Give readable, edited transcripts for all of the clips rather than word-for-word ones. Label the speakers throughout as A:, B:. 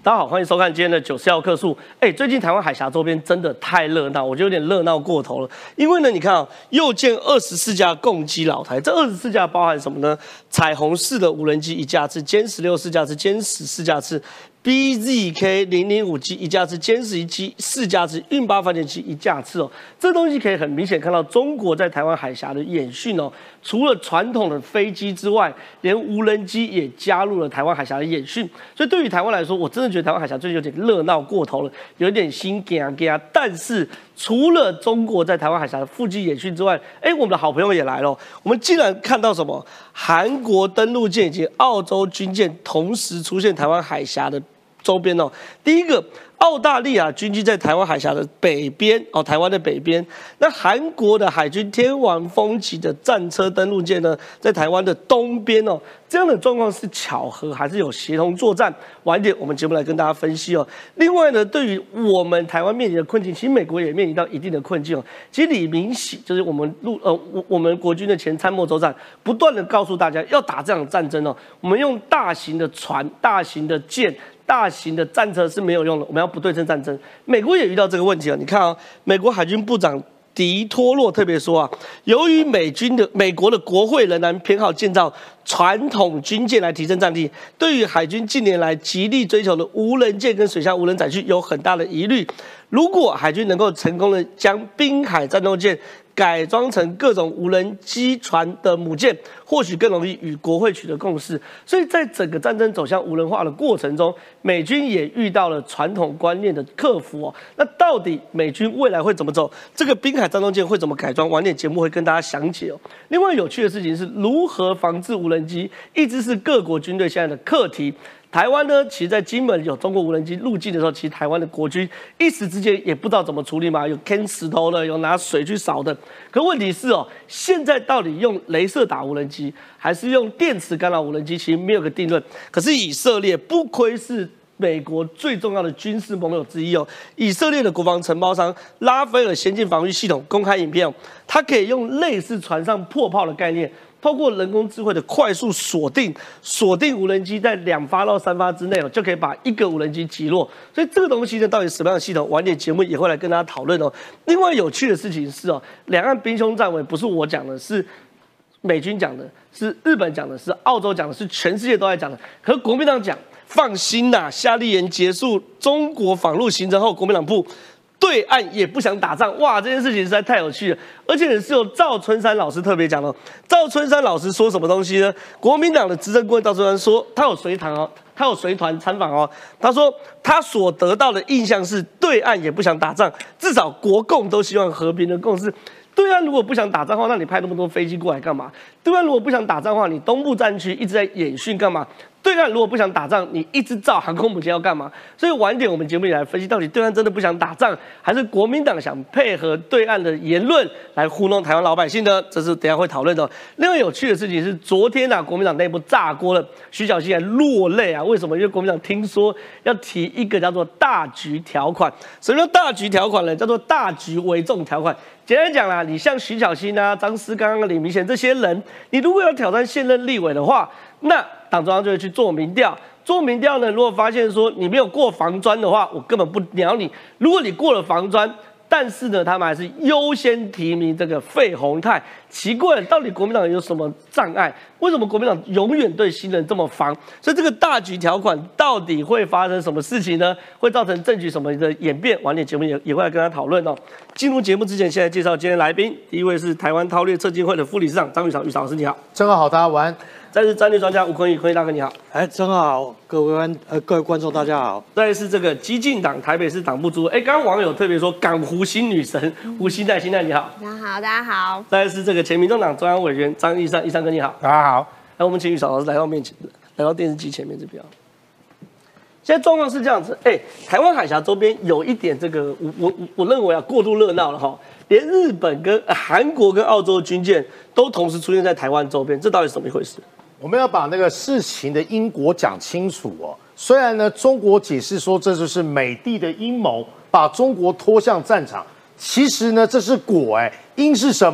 A: 大家好，欢迎收看今天的94要客诉。最近台湾海峡周边真的太热闹，我觉得有点热闹过头了。因为呢，你看啊，又建24架共机老台，这24架包含什么呢？彩虹式的无人机1架次，歼16 4架次，歼10 4架次。BZK 005机1架次，歼11机4架次，运8反潜机1架次哦。这东西可以很明显看到中国在台湾海峡的演训哦。除了传统的飞机之外，连无人机也加入了台湾海峡的演训。所以对于台湾来说，我真的觉得台湾海峡最近有点热闹过头了，有点心惊惊。但是除了中国在台湾海峡的附近演训之外，我们的好朋友也来了。我们竟然看到什么？韩国登陆舰以及澳洲军舰同时出现台湾海峡的周边哦。第一个，澳大利亚军机在台湾海峡的北边哦，台湾的北边。那韩国的海军天王风级的战车登陆舰呢，在台湾的东边哦。这样的状况是巧合还是有协同作战？晚一点我们节目来跟大家分析哦。另外呢，对于我们台湾面临的困境，其实美国也面临到一定的困境哦。其实李明喜就是我们国军的前参谋总长，不断的告诉大家要打这样的战争哦，我们用大型的船、大型的舰。大型的战车是没有用的，我们要不对称战争。美国也遇到这个问题啊，你看啊，美国海军部长迪托洛特别说啊，由于美国的国会仍然偏好建造传统军舰来提升战力，对于海军近年来极力追求的无人舰跟水下无人载具有很大的疑虑。如果海军能够成功的将滨海战斗舰改装成各种无人机船的母舰，或许更容易与国会取得共识。所以在整个战争走向无人化的过程中，美军也遇到了传统观念的克服哦。那到底美军未来会怎么走？这个滨海战斗舰会怎么改装？晚点节目会跟大家详解哦。另外有趣的事情是，如何防治无人机，一直是各国军队现在的课题。台湾呢，其实在金门有中国无人机入境的时候，其实台湾的国军一时之间也不知道怎么处理嘛，有坑石头的，有拿水去扫的。可问题是哦，现在到底用雷射打无人机，还是用电磁干扰无人机，其实没有个定论。可是以色列不愧是美国最重要的军事盟友之一哦，以色列的国防承包商拉斐尔先进防御系统公开影片哦，它可以用类似船上破炮的概念。透过人工智慧的快速锁定无人机在2发到3发之内哦，就可以把一个无人机击落。所以这个东西呢，到底什么样的系统？晚点节目也会来跟大家讨论哦。另外有趣的事情是哦，两岸兵凶战危不是我讲的，是美军讲的，是日本讲的，是澳洲讲的，是全世界都在讲的。可是国民党讲，放心啦，夏立言结束中国访陆行程后，国民党部对岸也不想打仗，哇！这件事情实在太有趣了，而且是由赵春山老师特别讲的。赵春山老师说什么东西呢？国民党的执政顾问赵春山说，他有随团参访哦。他说他所得到的印象是，对岸也不想打仗，至少国共都希望和平的共识。对岸如果不想打仗的话，那你派那么多飞机过来干嘛？对岸如果不想打仗的话，你东部战区一直在演训干嘛？对岸如果不想打仗，你一直造航空母舰要干嘛？所以晚点我们节目也来分析，到底对岸真的不想打仗，还是国民党想配合对岸的言论来糊弄台湾老百姓呢？这是等一下会讨论的。另外有趣的事情是，昨天啊，国民党内部炸锅了，徐小溪还落泪啊。为什么？因为国民党听说要提一个叫做大局条款。什么叫大局条款呢？叫做大局为重条款。简单讲啦，你像徐小溪啊、张思刚、李明贤这些人，你如果要挑战现任立委的话，那党中央就会去做民调。做民调呢，如果发现说你没有过防专的话，我根本不鸟你。如果你过了防专，但是呢，他们还是优先提名这个费鸿泰。奇怪了，到底国民党有什么障碍？为什么国民党永远对新人这么防？所以这个大局条款到底会发生什么事情呢？会造成政局什么的演变？晚点节目也会来跟他讨论哦。进入节目之前，现在介绍今天来宾，第一位是台湾韬略策进会的副理事长张宇常老师，你好。
B: 正好，大家晚安。
A: 再是战略专家吴坤宇大哥，你好。
C: 正好，各位观众大家好。
A: 再是这个基进党台北市党部主委，刚刚网友特别说港湖新女神吴欣岱，你好。
D: 大家好。
A: 再是这个前民众党中央委员张义善哥，你好。
B: 大家好。
A: 来，我们请宇老师来到电视机前面这边。现在状况是这样子，台湾海峡周边有一点这个，我认为过度热闹了哈，连日本跟韩国跟澳洲军舰都同时出现在台湾周边，这到底是怎么一回事？
B: 我们要把那个事情的因果讲清楚哦。虽然呢，中国解释说这就是美帝的阴谋，把中国拖向战场，其实呢，这是果因是什么？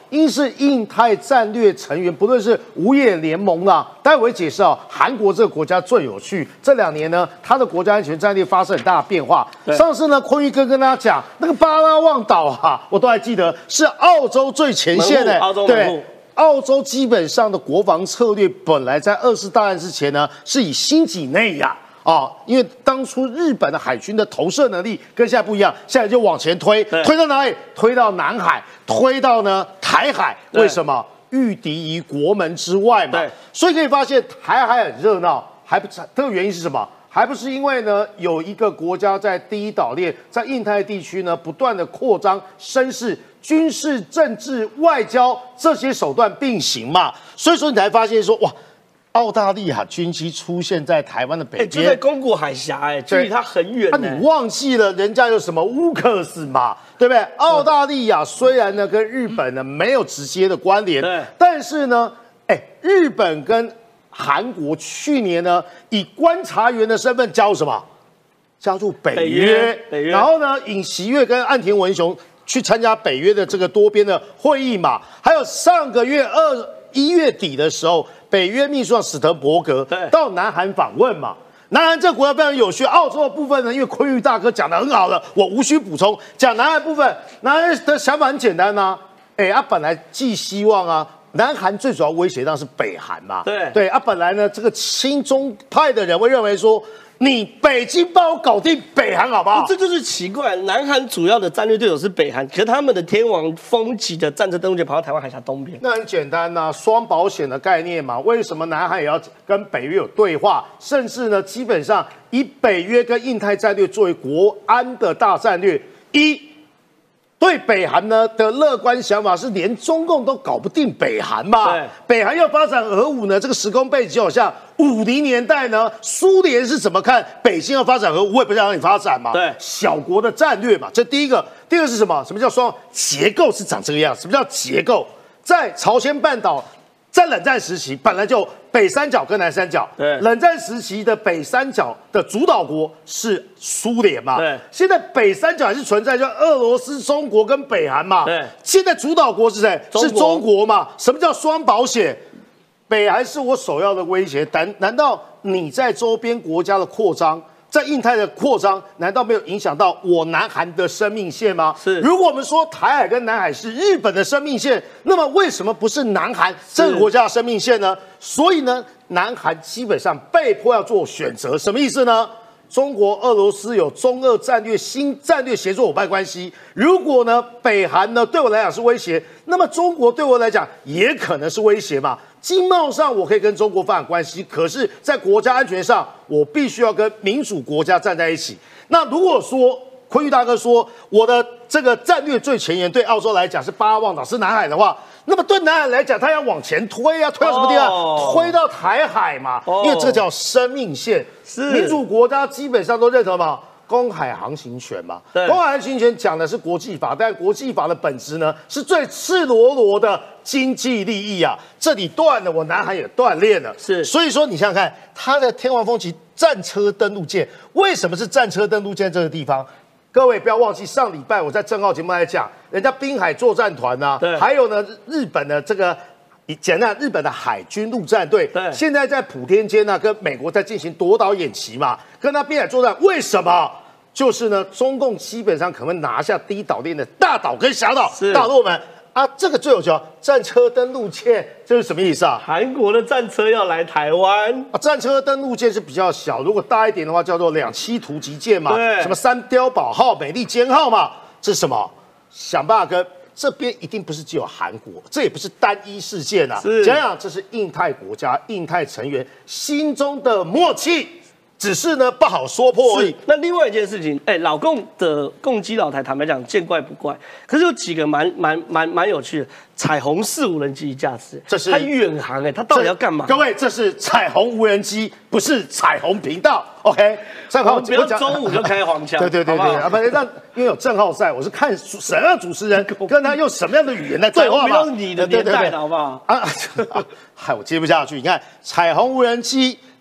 B: 因是印太战略成员，不论是五眼联盟啦，待会会解释啊。韩国这个国家最有趣，这2年呢，它的国家安全战略发生很大的变化。上次呢，坤玉哥跟大家讲，那个巴拉望岛啊，我都还记得是澳洲最前线的，对。澳洲基本上的国防策略本来在2次大战之前呢，是以新几内亚因为当初日本的海军的投射能力跟现在不一样，现在就往前推，推到哪里？推到南海，推到呢台海。为什么？御敌于国门之外嘛。所以可以发现台海很热闹，还不这个原因是什么？还不是因为呢有一个国家在第一岛链，在印太地区呢不断的扩张声势。军事、政治、外交这些手段并行嘛，所以说你才发现说，哇，澳大利亚军机出现在台湾的北边，
A: 就在宫古海峡，距离它很远。
B: 那你忘记了人家有什么乌克斯嘛，对不对？澳大利亚虽然呢跟日本呢没有直接的关联，但是呢，日本跟韩国去年呢以观察员的身份加入什么？加入北约，然后呢，尹锡悦跟岸田文雄。去参加北约的这个多边的会议嘛，还有上个月1月底的时候，北约秘书长史德伯格到南韩访问嘛。南韩这个国家非常有趣，澳洲的部分呢，因为坤玉大哥讲得很好了，我无需补充。讲南韩部分，南韩的想法很简单呐，本来寄希望啊。南韩最主要威胁当然是北韩嘛，对本来呢，这个亲中派的人会认为说。你北京帮我搞定北韩好不好？
A: 这就是奇怪，南韩主要的战略对手是北韩，可是他们的天王风级的战车登陆舰跑到台湾海峡东边。
B: 那很简单呐，双保险的概念嘛。为什么南韩也要跟北约有对话？甚至呢，基本上以北约跟印太战略作为国安的大战略。对北韩呢的乐观想法是，连中共都搞不定北韩嘛。北韩要发展核武呢，这个时空背景就好像50年代呢，苏联是怎么看北京要发展核武，我也不想让你发展嘛。小国的战略嘛，这第一个。第二个是什么？什么叫双结构是长这个样？什么叫结构？在朝鲜半岛。在冷战时期，本来就北三角跟南三角。冷战时期的北三角的主导国是苏联嘛？现在北三角还是存在，就俄罗斯、中国跟北韩嘛？现在主导国是谁？是中国嘛？什么叫双保险？北韩是我首要的威胁，难道你在周边国家的扩张？在印太的扩张，难道没有影响到我南韩的生命线吗？如果我们说台海跟南海是日本的生命线，那么为什么不是南韩这个国家的生命线呢？所以呢，南韩基本上被迫要做选择，什么意思呢？中国、俄罗斯有中俄战略新战略协作伙伴关系。如果呢，北韩呢对我来讲是威胁，那么中国对我来讲也可能是威胁嘛。经贸上我可以跟中国发展关系，可是在国家安全上，我必须要跟民主国家站在一起。那如果说坤玉大哥说我的这个战略最前沿对澳洲来讲是巴拉望岛是南海的话，那么对南海来讲，他要往前推啊，推到什么地方？推到台海嘛，因为这叫生命线。民主国家基本上都认同嘛。公海航行权嘛，公海航行权讲的是国际法，但国际法的本质呢，是最赤裸裸的经济利益啊。这里断了，我南海也断裂了。所以说你想想看，它的天王风级战车登陆舰，为什么是战车登陆舰这个地方？各位不要忘记，上礼拜我在正浩节目来讲，人家滨海作战团啊，还有呢日本的这个。简单，日本的海军陆战队现在在普天间呢，跟美国在进行夺岛演习嘛，跟他滨海作战。为什么？就是呢，中共基本上可能拿下第一岛链的大岛跟小岛大陆们啊，这个最有趣哦。战车登陆舰这是什么意思啊？
A: 韩国的战车要来台湾
B: 啊，战车登陆舰是比较小，如果大一点的话叫做2栖突击舰嘛，什么三碉堡号、美利坚号嘛，这是什么？想办法跟。这边一定不是只有韩国，这也不是单一事件啊。想想，这是印太国家、印太成员心中的默契，只是呢不好说破而已。
A: 那另外一件事情，老共的共机老台，坦白讲见怪不怪，可是有几个蛮有趣的。彩虹4无人机一架次，这是它远航它到底要干嘛？
B: 各位，这是彩虹无人机，不是彩虹频道。OK，
A: 彩虹不要中午就开黄腔。
B: 对啊，不然因为有郑浩在，我是看什么样的主持人跟他用什么样的语言来对话嘛。
A: 都是你的年代的好不好？
B: 害我接不下去。你看彩虹无人机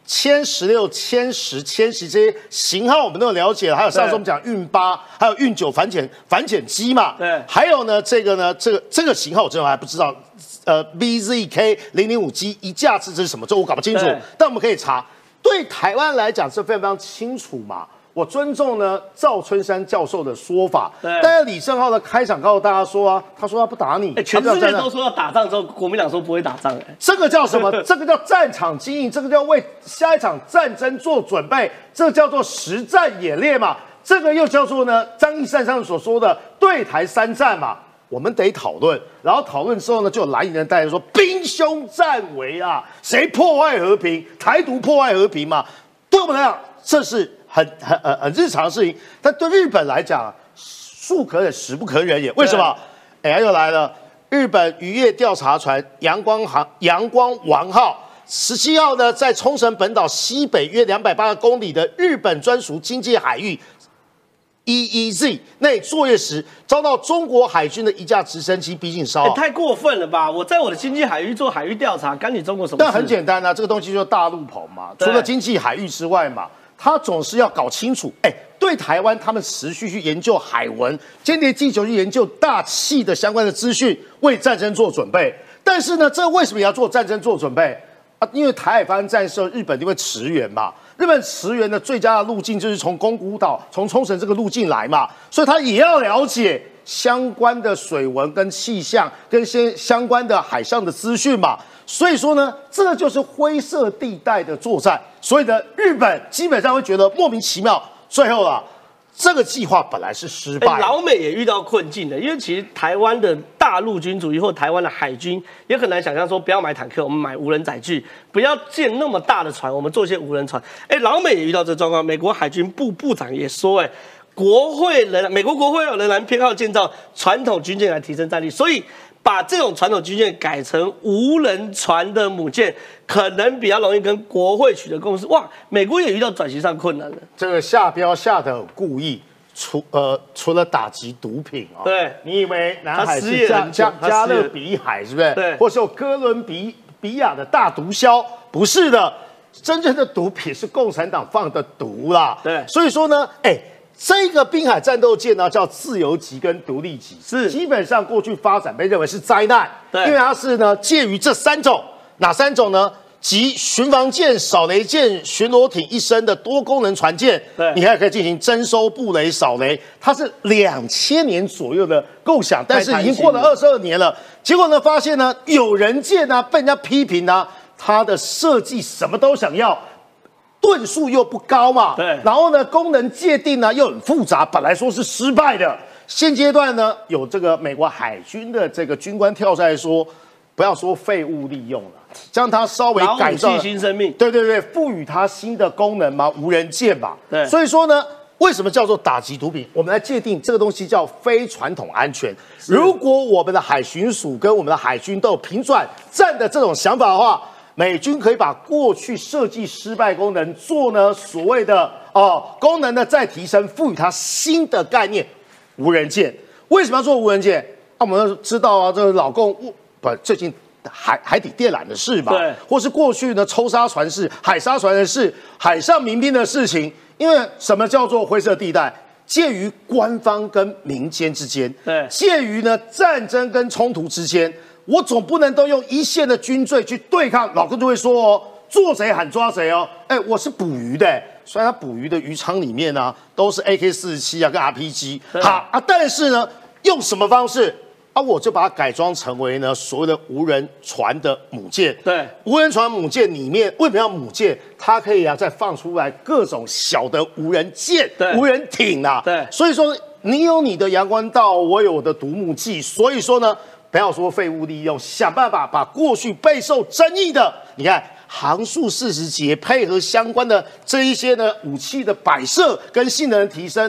B: 歼16、歼10、歼10这些型号我们都有了解了，还有上次我们讲运8，还有运9反潜机嘛。
A: 对，
B: 还有呢，这个型号我真的还不知道。BZK 005G 一架次这是什么？这我搞不清楚。但我们可以查。对台湾来讲是非常非常清楚嘛。我尊重呢赵春山教授的说法。但是李正皓的开场告诉大家说啊，他说他不打你。
A: 全世界都说要打仗之后，国民党说不会打仗。
B: 这个叫什么？这个叫战场经营，这个叫为下一场战争做准备，这个叫做实战演练嘛。这个又叫做呢张义善上所说的对台3战嘛。我们得讨论，然后讨论之后呢，就有蓝营人带来说兵凶战危啊，谁破坏和平？台独破坏和平嘛？对我们来讲，这是很日常的事情，但对日本来讲，树可忍，时不可忍也。为什么？哎，又来了，日本渔业调查船阳光丸号17号呢，在冲绳本岛西北约280公里的日本专属经济海域。EEZ 内作业时，遭到中国海军的一架直升机逼近骚扰，
A: 太过分了吧！我在我的经济海域做海域调查，干你中国什么事？
B: 但很简单啊，这个东西就是大陆棚嘛，除了经济海域之外嘛，他总是要搞清楚。对台湾，他们持续去研究海文、间谍气球，去研究大气的相关的资讯，为战争做准备。但是呢，这为什么也要做战争做准备啊？因为台海发生战事，日本就会驰援嘛。日本驰援的最佳的路径就是从宫古岛、从冲绳这个路径来嘛，所以他也要了解相关的水文跟气象跟相关的海上的资讯嘛。所以说呢，这个就是灰色地带的作战。所以呢，日本基本上会觉得莫名其妙。最后啊，这个计划本来是失败。
A: 老美也遇到困境的，因为其实台湾的大陆军主义或台湾的海军也很难想象说，不要买坦克，我们买无人载具，不要建那么大的船，我们做一些无人船。老美也遇到这个状况，美国海军部部长也说，美国国会仍然偏好建造传统军舰来提升战力，所以把这种传统军舰改成无人船的母舰，可能比较容易跟国会取得共识。哇，美国也遇到转型上困难了。
B: 这个下标下的很故意，除了打击毒品啊，
A: 对，
B: 你以为南海是加勒比海是不是？
A: 对，
B: 或是有哥伦比亚的大毒枭？不是的，真正的毒品是共产党放的毒啦。
A: 对，
B: 所以说呢，这个滨海战斗舰呢，叫自由级跟独立级，
A: 是
B: 基本上过去发展被认为是灾难，
A: 对，
B: 因为它是呢介于这3种，哪3种呢？集巡防舰、扫雷舰、巡逻艇一身的多功能船舰，
A: 对，
B: 你还可以进行征收、布雷、扫雷。它是2000年左右的构想，但是已经过了22年了。结果呢，发现呢，有人舰呢被人家批评呢，它的设计什么都想要。吨数又不高嘛，
A: 对，
B: 然后呢，功能界定呢又很复杂，本来说是失败的。现阶段呢，有这个美国海军的这个军官跳出来说，不要说废物利用了，将它稍微改造，
A: 新生命，
B: 对，赋予它新的功能嘛，无人舰嘛，
A: 对。
B: 所以说呢，为什么叫做打击毒品？我们来界定这个东西叫非传统安全。如果我们的海巡署跟我们的海军都有平转战的这种想法的话，美军可以把过去设计失败功能做呢所谓的功能的再提升，赋予它新的概念，无人舰。为什么要做无人舰？我们知道啊，这个老共最近海底电缆的事嘛，
A: 对，
B: 或是过去呢抽沙船事、海沙船的事、海上民兵的事情。因为什么叫做灰色地带？介于官方跟民间之间，
A: 对，
B: 介于呢战争跟冲突之间。我总不能都用一线的军队去对抗，老公就会说做谁喊抓谁哦。我是捕鱼的，所以他捕鱼的渔场里面呢都是 AK-47啊跟 RPG， 好啊，但是呢用什么方式啊？我就把它改装成为呢所谓的无人船的母舰。
A: 对，
B: 无人船母舰里面为什么要母舰？它可以再放出来各种小的无人舰、无人艇啊。
A: 对，
B: 所以说你有你的阳关道，我有我的独木技，所以说呢。不要说废物利用，想办法把过去备受争议的，你看航速40节配合相关的这一些呢武器的摆设跟性能提升呢，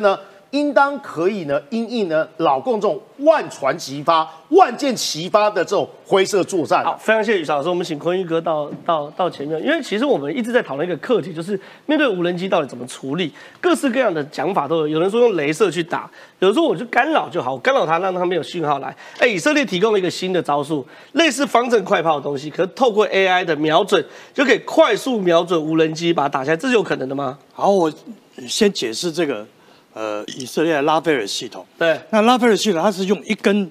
B: 应当可以呢，因应呢老共这种万船齐发、万箭齐发的这种灰色作战。
A: 好，非常谢谢宇老师，我们请坤玉哥到前面，因为其实我们一直在讨论一个课题，就是面对无人机到底怎么处理，各式各样的讲法都有。有人说用雷射去打，有人说我就干扰就好，我干扰它让它没有讯号来。以色列提供了一个新的招数，类似方阵快炮的东西，可是透过 AI 的瞄准，就可以快速瞄准无人机，把它打下来，这是有可能的吗？
C: 好，我先解释这个以色列的拉斐尔系统。
A: 对，
C: 那拉斐尔系统它是用一根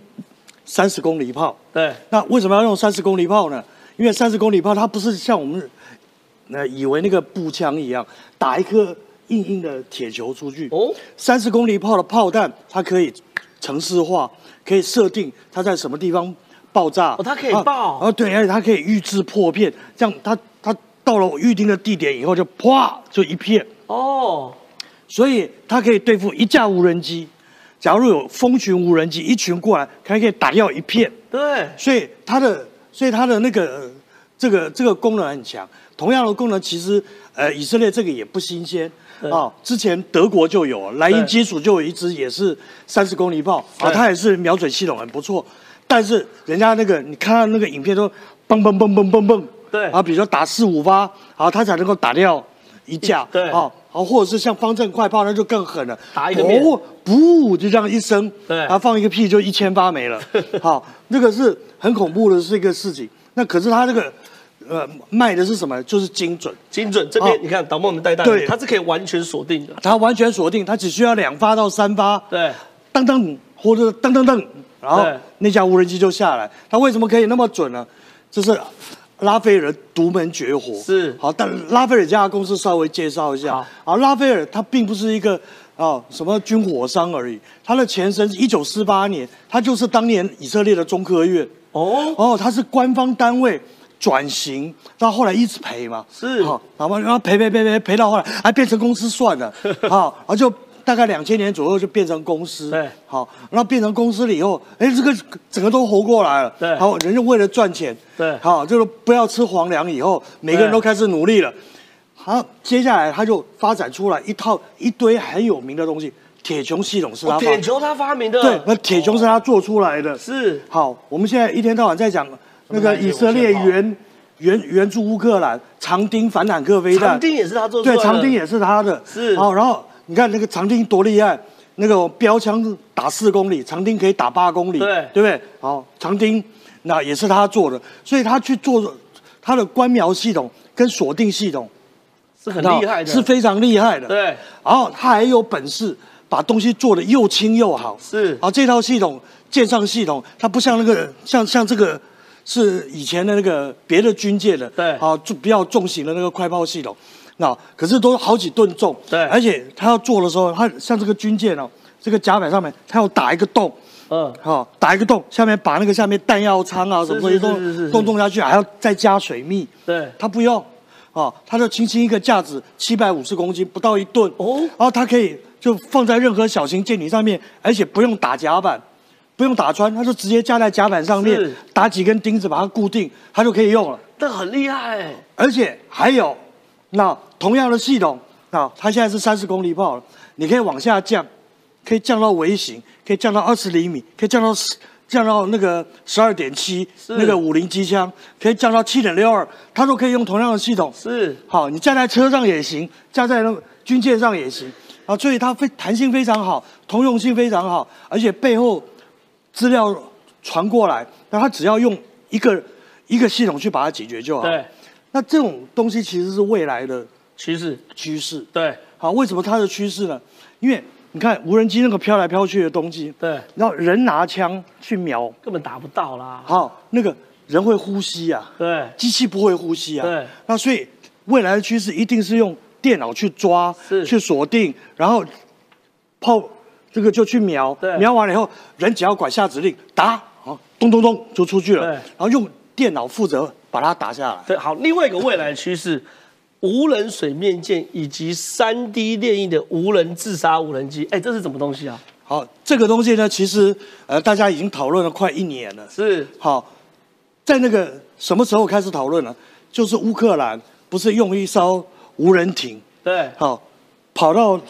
C: 30公里炮。
A: 对，
C: 那为什么要用30公里炮呢？因为30公里炮它不是像我们以为那个步枪一样打一颗硬硬的铁球出去。哦，30公里炮的炮弹它可以程式化，可以设定它在什么地方爆炸。
A: 哦，它可以爆。
C: 对，而且它可以预制破片，这样它到了预定的地点以后就啪就一片。哦，所以它可以对付一架无人机。假如有蜂群无人机一群过来，它可以打掉一片。
A: 对，
C: 所以它的那个这个功能很强。同样的功能，其实以色列这个也不新鲜啊。之前德国就有，莱茵基础就有一支也是30公里炮啊，它也是瞄准系统很不错。但是人家那个你看到那个影片都嘣嘣嘣嘣嘣嘣。对啊，比如说打4、5发，啊，他才能够打掉一架。对啊，或者是像方阵快炮，那就更狠了，
A: 打一个面，
C: 不就这样一声，
A: 对，
C: 他放一个屁就1000发没了。好，那个是很恐怖的是一个事情。那可是他这个卖的是什么？就是精准。
A: 精准这边你看导播我们带大，对，它是可以完全锁定的。
C: 它完全锁定，它只需要2发到3发。对，噔噔或者噔噔噔，然后那架无人机就下来。它为什么可以那么准呢？这是拉斐尔独门绝活是好，但拉斐尔这家公司稍微介绍一下。好，拉斐尔它并不是一个什么军火商而已，它的前身是1948年，它就是当年以色列的中科院。它是官方单位转型，到后来一直赔嘛，是好，然后赔到后来还变成公司算了，好，然后就大概2000年左右就变成公司，对，好，然后变成公司了以后，这个整个都活过来了，对，好，人家为了赚钱，对，好，就是不要吃皇粮以后，每个人都开始努力了，好，接下来他就发展出来一堆很有名的东西，铁穹系统是他
A: 铁穹他发明的，
C: 对，那铁穹是他做出来的，是，好，我们现在一天到晚在讲那个以色列援助乌克兰长汀反坦克飞弹，
A: 长汀也是他做出来的，
C: 对，长汀也是他的，是，好，然后。你看那个长汀多厉害，那个标枪打4公里，长汀可以打8公里，对不对？好，长汀那也是他做的，所以他去做他的观瞄系统跟锁定系统
A: 是很厉害的，
C: 是非常厉害的。对，然后他还有本事把东西做得又轻又好。是，好，这套系统舰上系统，它不像那个像这个是以前的那个别的军舰的，对，好，就比较重型的那个快炮系统。那可是都好几吨重，对，而且他要做的时候，他像这个军舰哦，这个甲板上面他要打一个洞，打一个洞，下面把那个下面弹药舱啊什么东西都动下去，还要再加水密，对，他不用，他就轻轻一个架子750公斤，不到1吨，然后它可以就放在任何小型舰艇上面，而且不用打甲板，不用打穿，它就直接架在甲板上面，打几根钉子把它固定，它就可以用了。
A: 这很厉害，
C: 而且还有。那同样的系统，它现在是30公里炮了，你可以往下降，可以降到微型，可以降到20厘米，可以降到那个12.7那个50机枪，可以降到7.62，它都可以用同样的系统。是，好，你架在车上也行，架在那个军舰上也行，所以它弹性非常好，通用性非常好，而且背后资料传过来，那它只要用一个系统去把它解决就好。对。那这种东西其实是未来的趋势，对，好，为什么它的趋势呢？因为你看无人机那个飘来飘去的东西，对，然后人拿枪去瞄，
A: 根本打不到啦。
C: 好，那个人会呼吸啊，对，机器不会呼吸啊，对，那所以未来的趋势一定是用电脑去抓，去锁定，然后这个就去瞄，瞄完了以后，人只要管下指令打，好，咚咚咚就出去了，然后用电脑负责把它打下来。
A: 对，好，另外一个未来的趋势，无人水面舰以及3D 列印的无人自杀无人机，这是什么东西啊？
C: 好，这个东西呢，其实大家已经讨论了快1年了。是，好，在那个什么时候开始讨论呢？就是乌克兰不是用一艘无人艇，对，好，跑到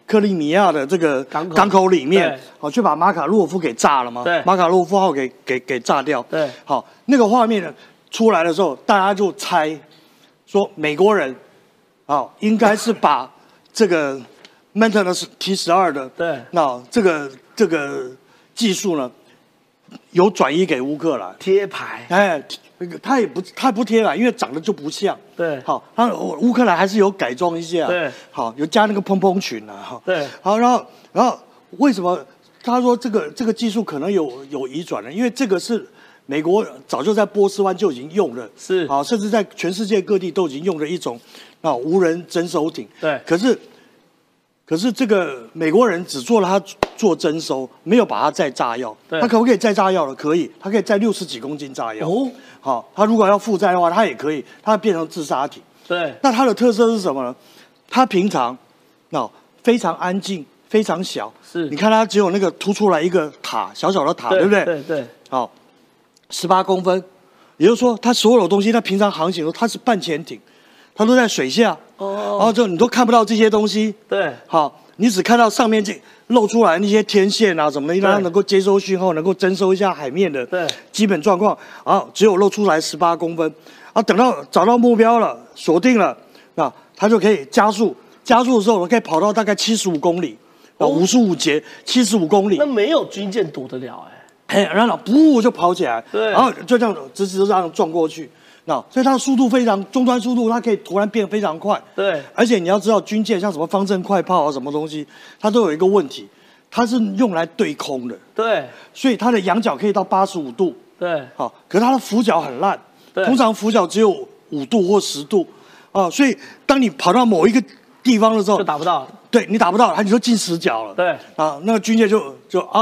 C: 克里米亚的这个港口里面，好，去把马卡洛夫给炸了嘛？
A: 对，
C: 马卡洛夫号给炸掉。
A: 对，
C: 好，那个画面呢出来的时候，大家就猜说美国人，好，应该是把这个 Maintenance T12的，
A: 对，
C: 那这个技术呢，有转移给乌克兰
A: 贴牌。
C: 哎，他不贴牌，因为长得就不像。
A: 对，
C: 好，乌克兰还是有改装一下。
A: 对，
C: 好，有加那个蓬蓬裙啊。哈，
A: 对，
C: 好，然后为什么他说这个技术可能有移转呢？因为这个是美国早就在波斯湾就已经用了，
A: 是
C: 好，甚至在全世界各地都已经用了一种无人征收艇。
A: 对，
C: 可是这个美国人只做了他做征收，没有把它载炸药。他可不可以载炸药了？可以，他可以载60几公斤炸药。哦，好，他如果要负载的话，他也可以，他变成自杀艇。
A: 对，
C: 那它的特色是什么呢？它平常非常安静，非常小。
A: 是，
C: 你看它只有那个凸出来一个塔，小小的塔，对不对？
A: 对对。
C: 好，18公分，也就是说，它所有的东西，它平常航行的时候，它是半潜艇，它都在水下。哦，然后就你都看不到这些东西。
A: 对，
C: 好，你只看到上面这露出来那些天线啊什么的，让它能够接收讯号，能够征收一下海面的基本状况。啊，只有露出来18公分。啊，等到找到目标了，锁定了，那它就可以加速。加速的时候，我可以跑到大概75公里，55节75公里。
A: 那没有军舰堵得了
C: 然后噗就跑起来，
A: 对，
C: 然后就这样直直这样撞过去。所以它的速度非常，终端速度它可以突然变得非常快。
A: 对，
C: 而且你要知道，军舰像什么方阵快炮啊，什么东西，它都有一个问题，它是用来对空的。
A: 对，
C: 所以它的仰角可以到85度。
A: 对，
C: 好，可是它的俯角很烂，通常俯角只有5度或10度。所以当你跑到某一个地方的时候，
A: 就打不到。
C: 对，你打不到，你就进死角了。
A: 对，
C: 那个军舰就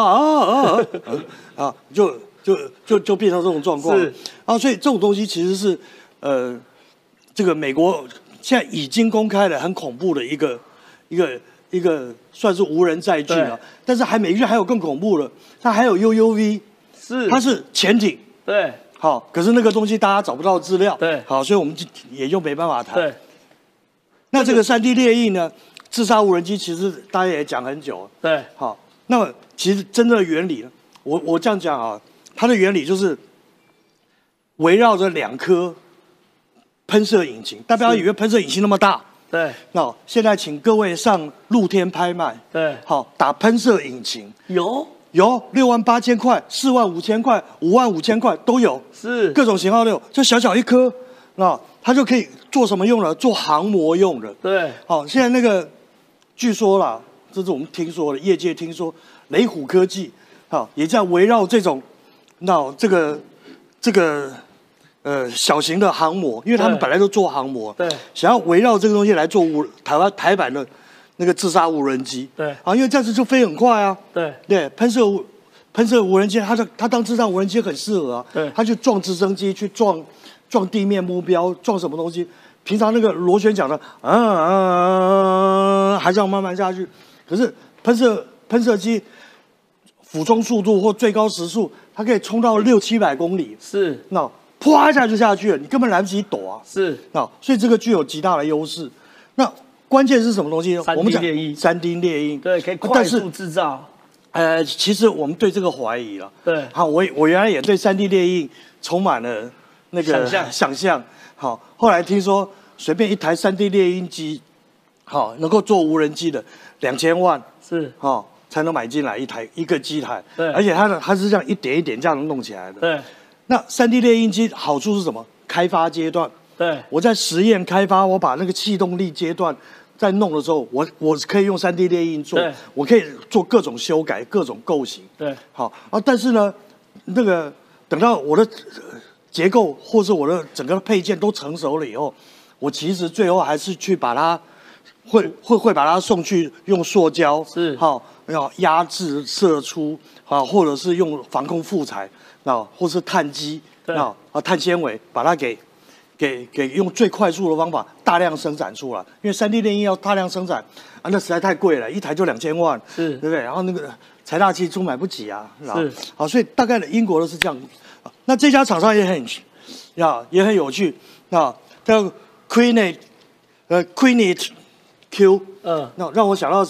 C: 就变成这种状况。是所以这种东西其实是这个美国现在已经公开了很恐怖的一个算是无人载具了。但是美军还有更恐怖的，它还有 UUV， 它是潜艇。
A: 对，
C: 好，可是那个东西大家找不到资料。
A: 对，
C: 好，所以我们也就没办法谈。
A: 对，
C: 那这个3D 猎鹰呢？自杀无人机其实大家也讲很久了。
A: 对，
C: 好，那么其实真正的原理呢，我这样讲啊，它的原理就是围绕着2颗喷射引擎。大家不要以为喷射引擎那么大。
A: 对。
C: 那现在请各位上露天拍卖。
A: 对。
C: 好，打喷射引擎。
A: 有
C: 68000块、45000块、55000块都有。
A: 是。各
C: 种型号都有，就小小一颗，它就可以做什么用呢？做航模用的。对。好，现在那个。据说啦，这是我们听说的，业界听说，雷虎科技，也在围绕这种，这个小型的航模，因为他们本来都做航模，对，想要围绕这个东西来做台版的那个自杀无人机，对，因为这样子就飞很快啊，对，喷射无人机，它当自杀无人机很适合啊，对，它去撞直升机，去撞地面目标，撞什么东西。平常那个螺旋桨的，还是要慢慢下去。可是喷射机俯冲速度或最高时速，它可以冲到600-700公里。是，啪一下就下去了，你根本来不及躲啊。是，所以这个具有极大的优势。那关键是什么东西？我们讲3D 猎鹰，对，可以快速制造。其实我们对这个怀疑了。对，好，我原来也对3D 猎鹰充满了那个想象。好，后来听说随便一台3D 猎鹰机，好能够做无人机的2000万是，才能买进来一个机台。对，而且它是这样一点一点这样弄起来的。对，那3D 猎鹰机好处是什么？开发阶段。对，我在实验开发，我把那个气动力阶段在弄的时候，我可以用3D 猎鹰做，我可以做各种修改、各种构型。对，好但是呢，那个等到我的结构或是我的整个配件都成熟了以后，我其实最后还是去把它会把它送去用塑胶是要压制射出或者是用防空副材或是碳基碳纤维把它给用最快速的方法大量生产出来，因为3D 猎鹰要大量生产那实在太贵了，一台就2000万，是，对不对？然后那个财大气粗买不起啊，是，所以大概英国的是这样。那这家厂商也很有趣叫 Queenet Q， 那让我想到谁？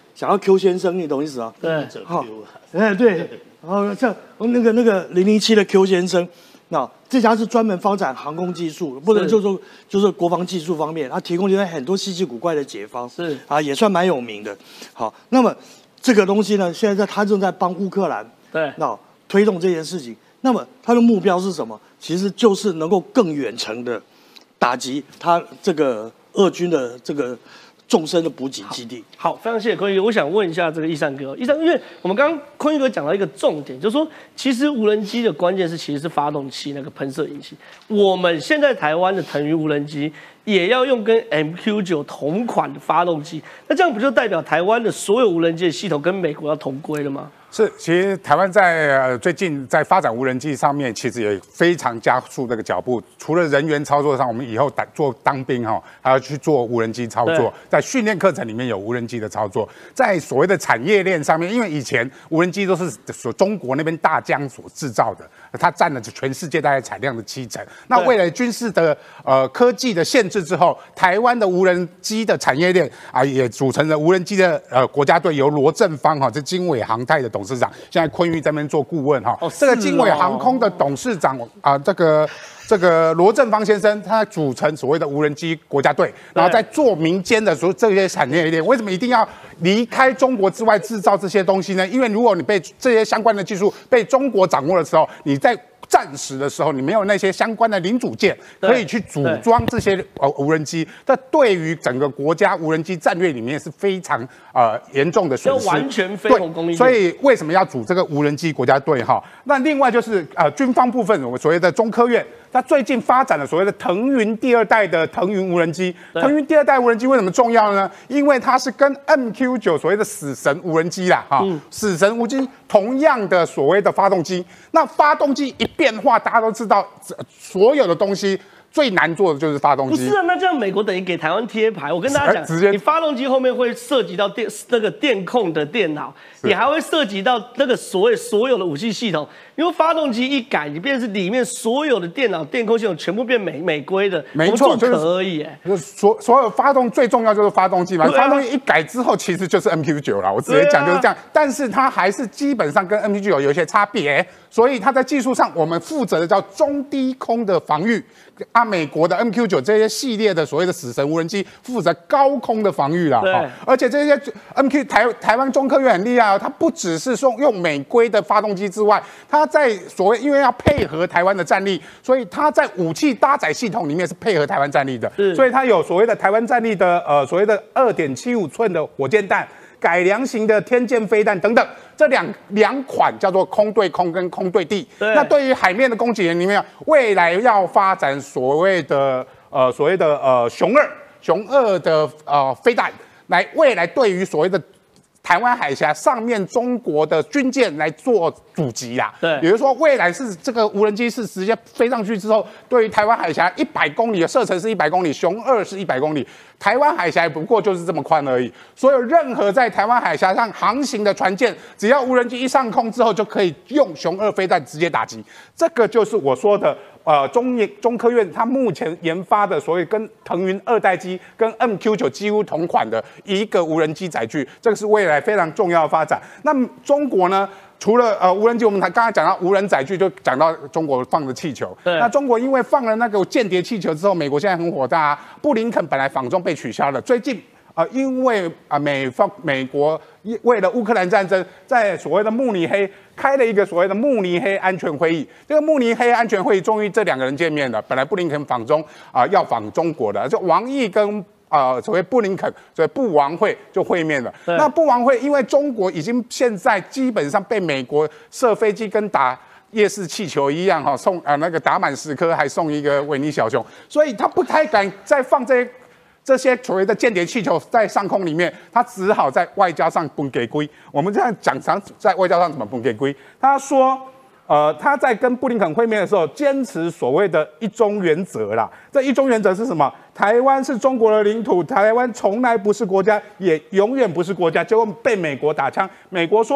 C: 想要 Q 先生，你懂意思啊？
A: 对，
C: 好，对，然后像那个007的 Q 先生，那这家是专门发展航空技术，不能就是国防技术方面，它提供现在很多稀奇古怪的解方，
A: 是
C: 啊，也算蛮有名的。好，那么这个东西呢，现在他正在帮乌克兰
A: 对
C: 那推动这件事情。那么他的目标是什么？其实就是能够更远程的打击他这个俄军的这个纵深的补给基地。
A: 好，非常谢谢坤玉哥。我想问一下这个易善哥，因为我们刚刚坤玉哥讲到一个重点，就是说，其实无人机的关键其实是发动机那个喷射引擎。我们现在台湾的腾云无人机也要用跟 MQ9 同款的发动机，那这样不就代表台湾的所有无人机的系统跟美国要同归了吗？
D: 是，其实台湾在最近在发展无人机上面，其实也非常加速这个脚步。除了人员操作上，我们以后当兵哈，还要去做无人机操作，在训练课程里面有无人机的操作。在所谓的产业链上面，因为以前无人机都是中国那边大疆所制造的，它占了全世界大概产量的70%。那为了军事的科技的限制之后，台湾的无人机的产业链啊，也组成了无人机的国家队，由罗正方哈，这经纬航太的董事长，现在坤玉在那边做顾问哈。这个经纬航空的董事长啊，这个罗正方先生，他组成所谓的无人机国家队，然后在做民间的这些产业链。为什么一定要离开中国之外制造这些东西呢？因为如果你被这些相关的技术被中国掌握的时候，你在战时的时候，你没有那些相关的零组件可以去组装这些无人机，这对于整个国家无人机战略里面是非常严重的损失，
A: 完全非红供应链。
D: 所以为什么要组这个无人机国家队哈？那另外就是军方部分，我所谓的中科院，它最近发展了所谓的腾云第2代的腾云无人机。腾云第2代无人机为什么重要呢？因为它是跟 MQ9 所谓的死神无人机啦，哈，死神无人机同样的所谓的发动机。那发动机一变化，大家都知道，所有的东西最难做的就是发动机。
A: 不是啊，那这样美国等于给台湾贴牌。我跟大家讲，你发动机后面会涉及到电控的电脑，你还会涉及到那个所有的武器系统。因为发动机一改，你变成是里面所有的电脑、电控系统全部变美规的，
D: 没错，
A: 就是可以
D: 就是所有发动最重要就是发动机嘛。发动机一改之后，其实就是 MQ9 了。我直接讲就是这样，但是它还是基本上跟 MQ9 有一些差别，所以它在技术上我们负责的叫中低空的防御。美国的 MQ9 这些系列的所谓的死神无人机负责高空的防御啦，而且这些 台湾中科院很厉害哦，它不只是说用美规的发动机之外，它在所谓因为要配合台湾的战力，所以它在武器搭载系统里面是配合台湾战力的，所以它有所谓的台湾战力的所谓的2.75寸的火箭弹。改良型的天剑飞弹等等，这两款叫做空对空跟空对地。那对于海面的攻击里面，未来要发展所谓的雄二的飞弹，来未来对于所谓的台湾海峡上面中国的军舰来做阻击啦。
A: 对，
D: 也就是说，未来是这个无人机是直接飞上去之后，对于台湾海峡100公里的射程是100公里，雄2是100公里，台湾海峡不过就是这么宽而已。所有任何在台湾海峡上航行的船舰，只要无人机一上空之后，就可以用雄2飞弹直接打击。这个就是我说的。中科院它目前研发的所谓跟腾云2代机跟 MQ9 几乎同款的一个无人机载具，这个是未来非常重要的发展。那么中国呢？除了无人机，我们刚才讲到无人载具，就讲到中国放的气球。那中国因为放了那个间谍气球之后，美国现在很火大啊。布林肯本来访中被取消了，最近。因为美国为了乌克兰战争，在所谓的慕尼黑开了一个所谓的慕尼黑安全会议。这个慕尼黑安全会议终于这2个人见面了。本来布林肯访中要访中国的，就王毅跟所谓布林肯，所以布王会就会面了。那布王会因为中国已经现在基本上被美国射飞机跟打夜视气球一样送那个打满10颗还送一个维尼小熊，所以他不太敢再放这些所谓的间谍气球在上空里面，他只好在外交上分给归。我们这样讲，在外交上怎么分给归？他说，他在跟布林肯会面的时候，坚持所谓的一中原则啦。这一中原则是什么？台湾是中国的领土，台湾从来不是国家，也永远不是国家。结果被美国打枪。美国说，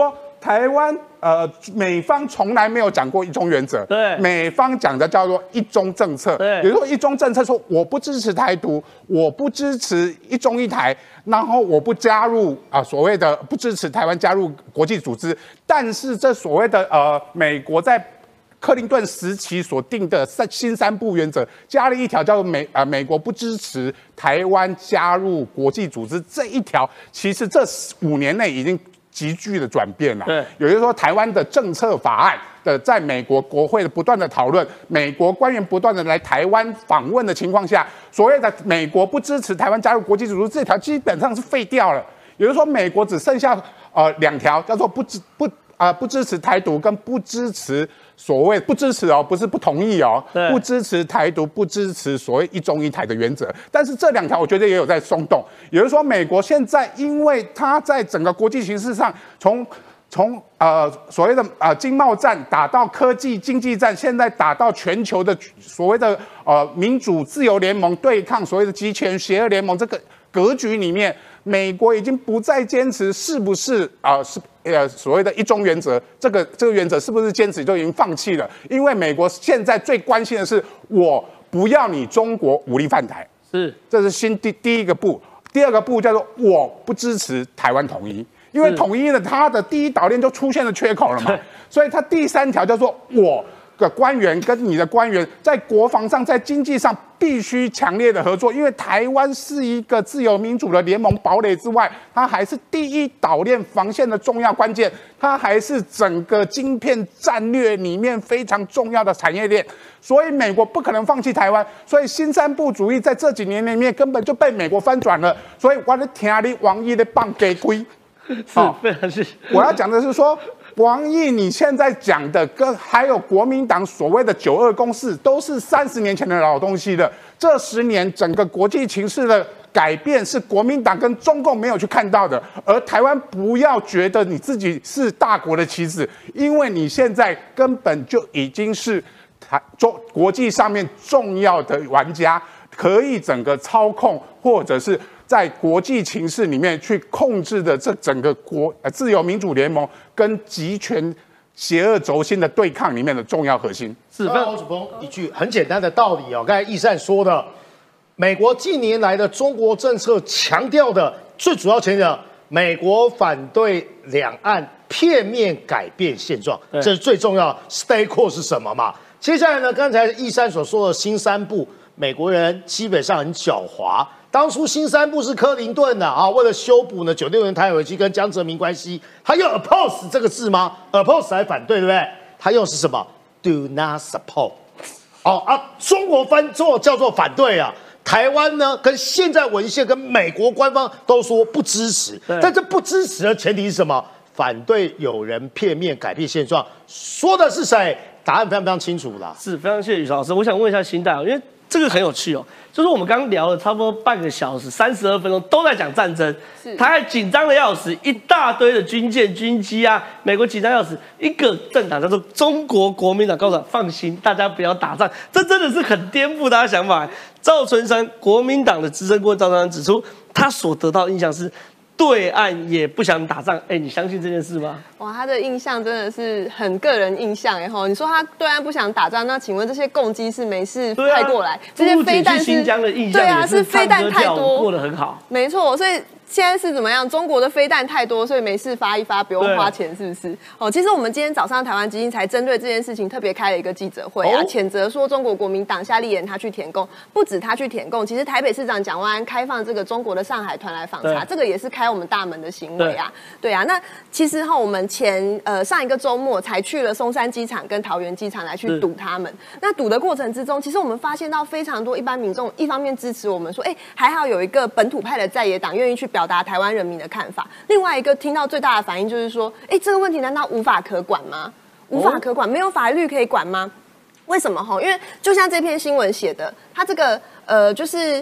D: 台湾美方从来没有讲过一中原则，
A: 对，
D: 美方讲的叫做一中政策，
A: 对，
D: 也就是说一中政策说我不支持台独，我不支持一中一台，然后我不加入所谓的不支持台湾加入国际组织，但是这所谓的美国在克林顿时期所定的新3不原则，加了一条叫做美国不支持台湾加入国际组织这一条，其实这5年内已经急剧的转变了。
A: 对，
D: 也就是说，台湾的政策法案的在美国国会的不断的讨论，美国官员不断的来台湾访问的情况下，所谓的美国不支持台湾加入国际组织这条基本上是废掉了。也就是说，美国只剩下2条，叫做不支持台独跟不支持所谓不支持不是不同意不支持台独，不支持所谓一中一台的原则。但是这2条我觉得也有在松动，也就是说，美国现在因为它在整个国际形势上从所谓的经贸战打到科技经济战，现在打到全球的所谓的民主自由联盟对抗所谓的极权邪恶联盟这个格局里面，美国已经不再坚持是不是所谓的一中原则，这个原则是不是坚持就已经放弃了？因为美国现在最关心的是，我不要你中国武力犯台，这是第一个步。第2个步叫做我不支持台湾统一，因为统一了它的第一岛链就出现了缺口了嘛，所以它第3条叫做我的官员跟你的官员在国防上、在经济上必须强烈的合作，因为台湾是一个自由民主的联盟堡垒之外，它还是第一岛链防线的重要关键，它还是整个晶片战略里面非常重要的产业链，所以美国不可能放弃台湾，所以新3不主义在这几年里面根本就被美国翻转了，所以我在听你王毅的棒给龟，
A: 非常是，
D: 我要讲的是说。王毅，你现在讲的跟还有国民党所谓的9·2共识，都是30年前的老东西了。这10年整个国际情势的改变，是国民党跟中共没有去看到的。而台湾不要觉得你自己是大国的棋子，因为你现在根本就已经是国际上面重要的玩家，可以整个操控或者是。在国际情势里面去控制的这整个自由民主联盟跟集权邪恶轴心的对抗里面的重要核心。
B: 是，侯主峰一句很简单的道理刚才易善说的，美国近年来的中国政策强调的最主要前提，美国反对两岸片面改变现状，这是最重要的。Stay core 是什么嘛？接下来呢，刚才易善所说的新3不，美国人基本上很狡猾。当初新3不是克林顿的为了修补呢96年台海危机跟江泽民关系，他用 oppose 这个字吗 ？oppose 来反对，对不对？他用的是什么 ？Do not support。中国翻作叫做反对啊。台湾呢，跟现在文献跟美国官方都说不支持，但这不支持的前提是什么？反对有人片面改变现状，说的是谁？答案非常非常清楚啦。
A: 是非常谢谢宇老师，我想问一下新代，因为这个很有趣就是我们刚聊了差不多半个小时32分钟都在讲战争，台海紧张的要死，一大堆的军舰军机美国紧张要死，一个政党叫做中国国民党告诉放心，大家不要打仗，这真的是很颠覆大家想法。赵春山国民党的资深顾问赵春山指出，他所得到的印象是对岸也不想打仗，你相信这件事吗？
E: 哇，他的印象真的是很个人印象你说他对岸不想打仗，那请问这些共机是美式派过来，这些飞弹是
A: 新疆的印象也是
E: 飞弹太多，
A: 过得很好，
E: 没错，所以。现在是怎么样？中国的飞弹太多，所以没事发一发，不用花钱，是不是？其实我们今天早上台湾基金才针对这件事情特别开了一个记者会谴责说中国国民党夏立言他去舔共，不止他去舔共，其实台北市长蒋万安开放这个中国的上海团来访查，这个也是开我们大门的行为对啊。那其实我们上一个周末才去了松山机场跟桃园机场来去堵他们。那堵的过程之中，其实我们发现到非常多一般民众一方面支持我们说，还好有一个本土派的在野党愿意去表达台湾人民的看法。另外一个听到最大的反应就是说，这个问题难道无法可管吗？无法可管，没有法律可以管吗？为什么？因为就像这篇新闻写的，他这个就是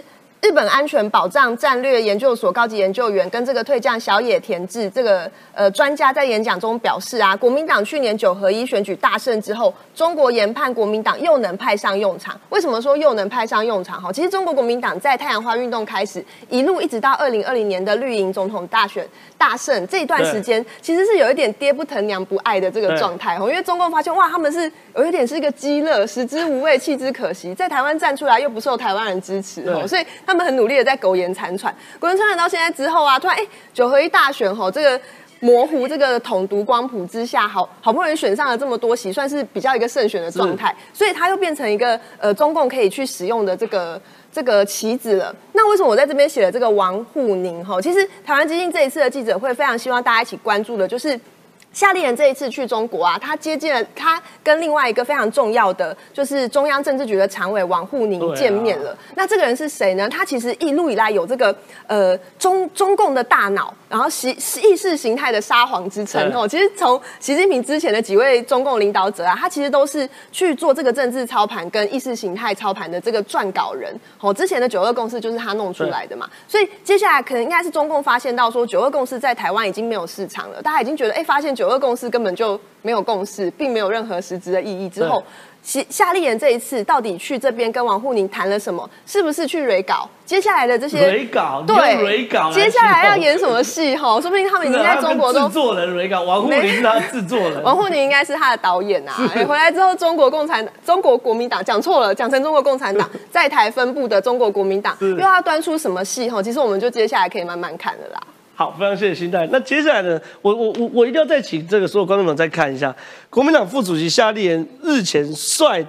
E: 日本安全保障战略研究所高级研究员跟这个退将小野田治这个专家在演讲中表示啊，国民党去年9合1选举大胜之后，中国研判国民党又能派上用场。为什么说又能派上用场？其实中国国民党在太阳花运动开始，一路一直到2020年的绿营总统大选大胜这一段时间，其实是有一点爹不疼娘不爱的这个状态。因为中共发现哇，他们是有一点是一个鸡肋，食之无味，弃之可惜，在台湾站出来又不受台湾人支持，所以他们很努力的在苟延残喘。苟延残喘到现在之后啊，突然9合1大选这个模糊这个统独光谱之下，好不容易选上了这么多席，算是比较一个胜选的状态，所以它又变成一个中共可以去使用的这个棋子了。那为什么我在这边写了这个王沪宁？其实台湾基金这一次的记者会非常希望大家一起关注的，就是夏立言这一次去中国啊，他接见了他跟另外一个非常重要的，就是中央政治局的常委王沪宁见面了。那这个人是谁呢？他其实一路以来有这个中共的大脑，然后意识形态的沙皇之称其实从习近平之前的几位中共领导者啊，他其实都是去做这个政治操盘跟意识形态操盘的这个撰稿人。之前的9·2共识就是他弄出来的嘛。所以接下来可能应该是中共发现到说9·2共识在台湾已经没有市场了，大家已经觉得发现9·2共识根本就没有共识，并没有任何实质的意义之后，夏立言这一次到底去这边跟王沪宁谈了什么？是不是去蕊稿？接下来的这些
A: 蕊稿，
E: 对，接下来要演什么戏？说不定他们已经在中国都
A: 制作人蕊稿，王沪宁是他制作人，
E: 王沪宁应该是他的导演啊。回来之后，中国国民党讲错了，讲成中国共产党在台分部的中国国民党又要端出什么戏？其实我们就接下来可以慢慢看了啦。
A: 好，非常谢谢新代。那接下来呢，我一定要再请这个所有观众们再看一下，国民党副主席夏立言日前率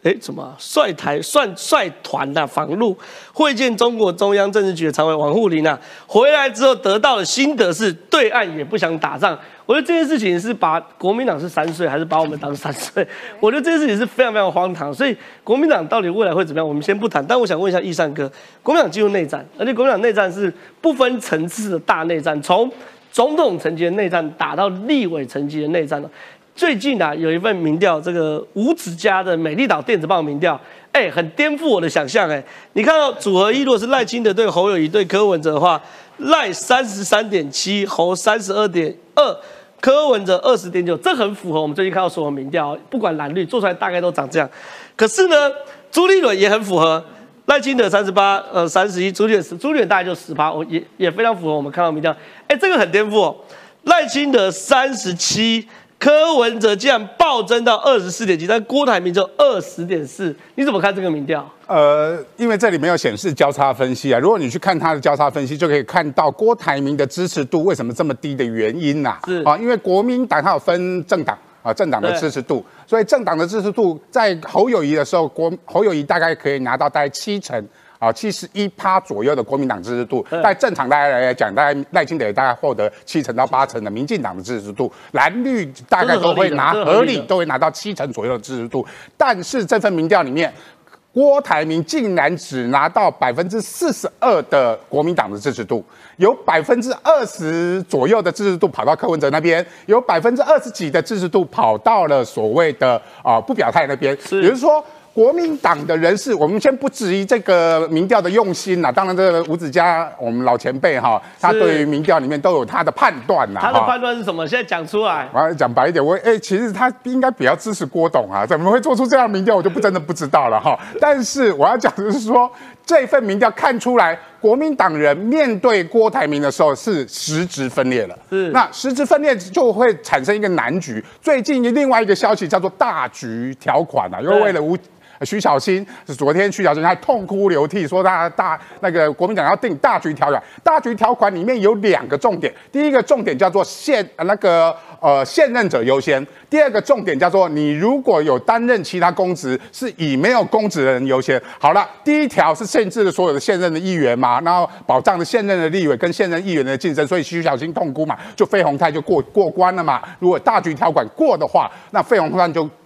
A: 团访陆会见中国中央政治局的常委王沪宁回来之后得到的心得是对岸也不想打仗。我觉得这件事情是把国民党是3岁，还是把我们当3岁？我觉得这件事情是非常非常荒唐。所以国民党到底未来会怎么样，我们先不谈。但我想问一下易善哥，国民党进入内战，而且国民党内战是不分层次的大内战，从总统层级的内战打到立委层级的内战了。最近有一份民调，这个吴子嘉的美丽岛电子报民调，很颠覆我的想象。你看到组合一，如果是赖清德对侯友宜对柯文哲的话，赖33.7，侯32.2，柯文哲20.9，这很符合我们最近看到所有民调，不管蓝绿做出来大概都长这样。可是呢，朱立伦也很符合，赖清德38，31，朱立伦大概就10%，也非常符合我们看到民调。这个很颠覆赖清德37%。柯文哲竟然暴增到24.7，但郭台铭只有20.4，你怎么看这个民调？
D: 因为这里没有显示交叉分析啊。如果你去看他的交叉分析，就可以看到郭台铭的支持度为什么这么低的原因呐。因为国民党它有分政党政党的支持度，所以政党的支持度在侯友宜的时候，侯友宜大概可以拿到大概71%左右的国民党支持度，在正常大家来讲，大概赖清德大概获得7%到8%的民进党的支持度，蓝绿大概都会合理都会拿到7%左右的支持度。但是这份民调里面，郭台铭竟然只拿到42%的国民党的支持度，有20%左右的支持度跑到柯文哲那边，有20几的支持度跑到了所谓的不表态那边，也就是说。国民党的人士，我们先不质疑这个民调的用心啦。当然，这个吴子嘉我们老前辈他对于民调里面都有他的判断啦。
A: 他的判断是什么？现在讲出来。
D: 我讲白一点，其实他应该比较支持郭董啊，怎么会做出这样的民调，我就真的不知道了但是我要讲的是说，这份民调看出来，国民党人面对郭台铭的时候是实质分裂了。那实质分裂就会产生一个难局。最近另外一个消息叫做大局条款因为为了徐小新昨天徐小新还痛哭流涕说那个国民党要定大局条款，大局条款里面有2个重点，第一个重点叫做现任者优先，第2个重点叫做你如果有担任其他公职，是以没有公职的人优先。好了，第1条是限制了所有的现任的议员嘛，然后保障了现任的立委跟现任议员的竞争，所以徐小新痛哭嘛，就费鸿泰就过关了嘛。如果大局条款过的话，那费鸿泰就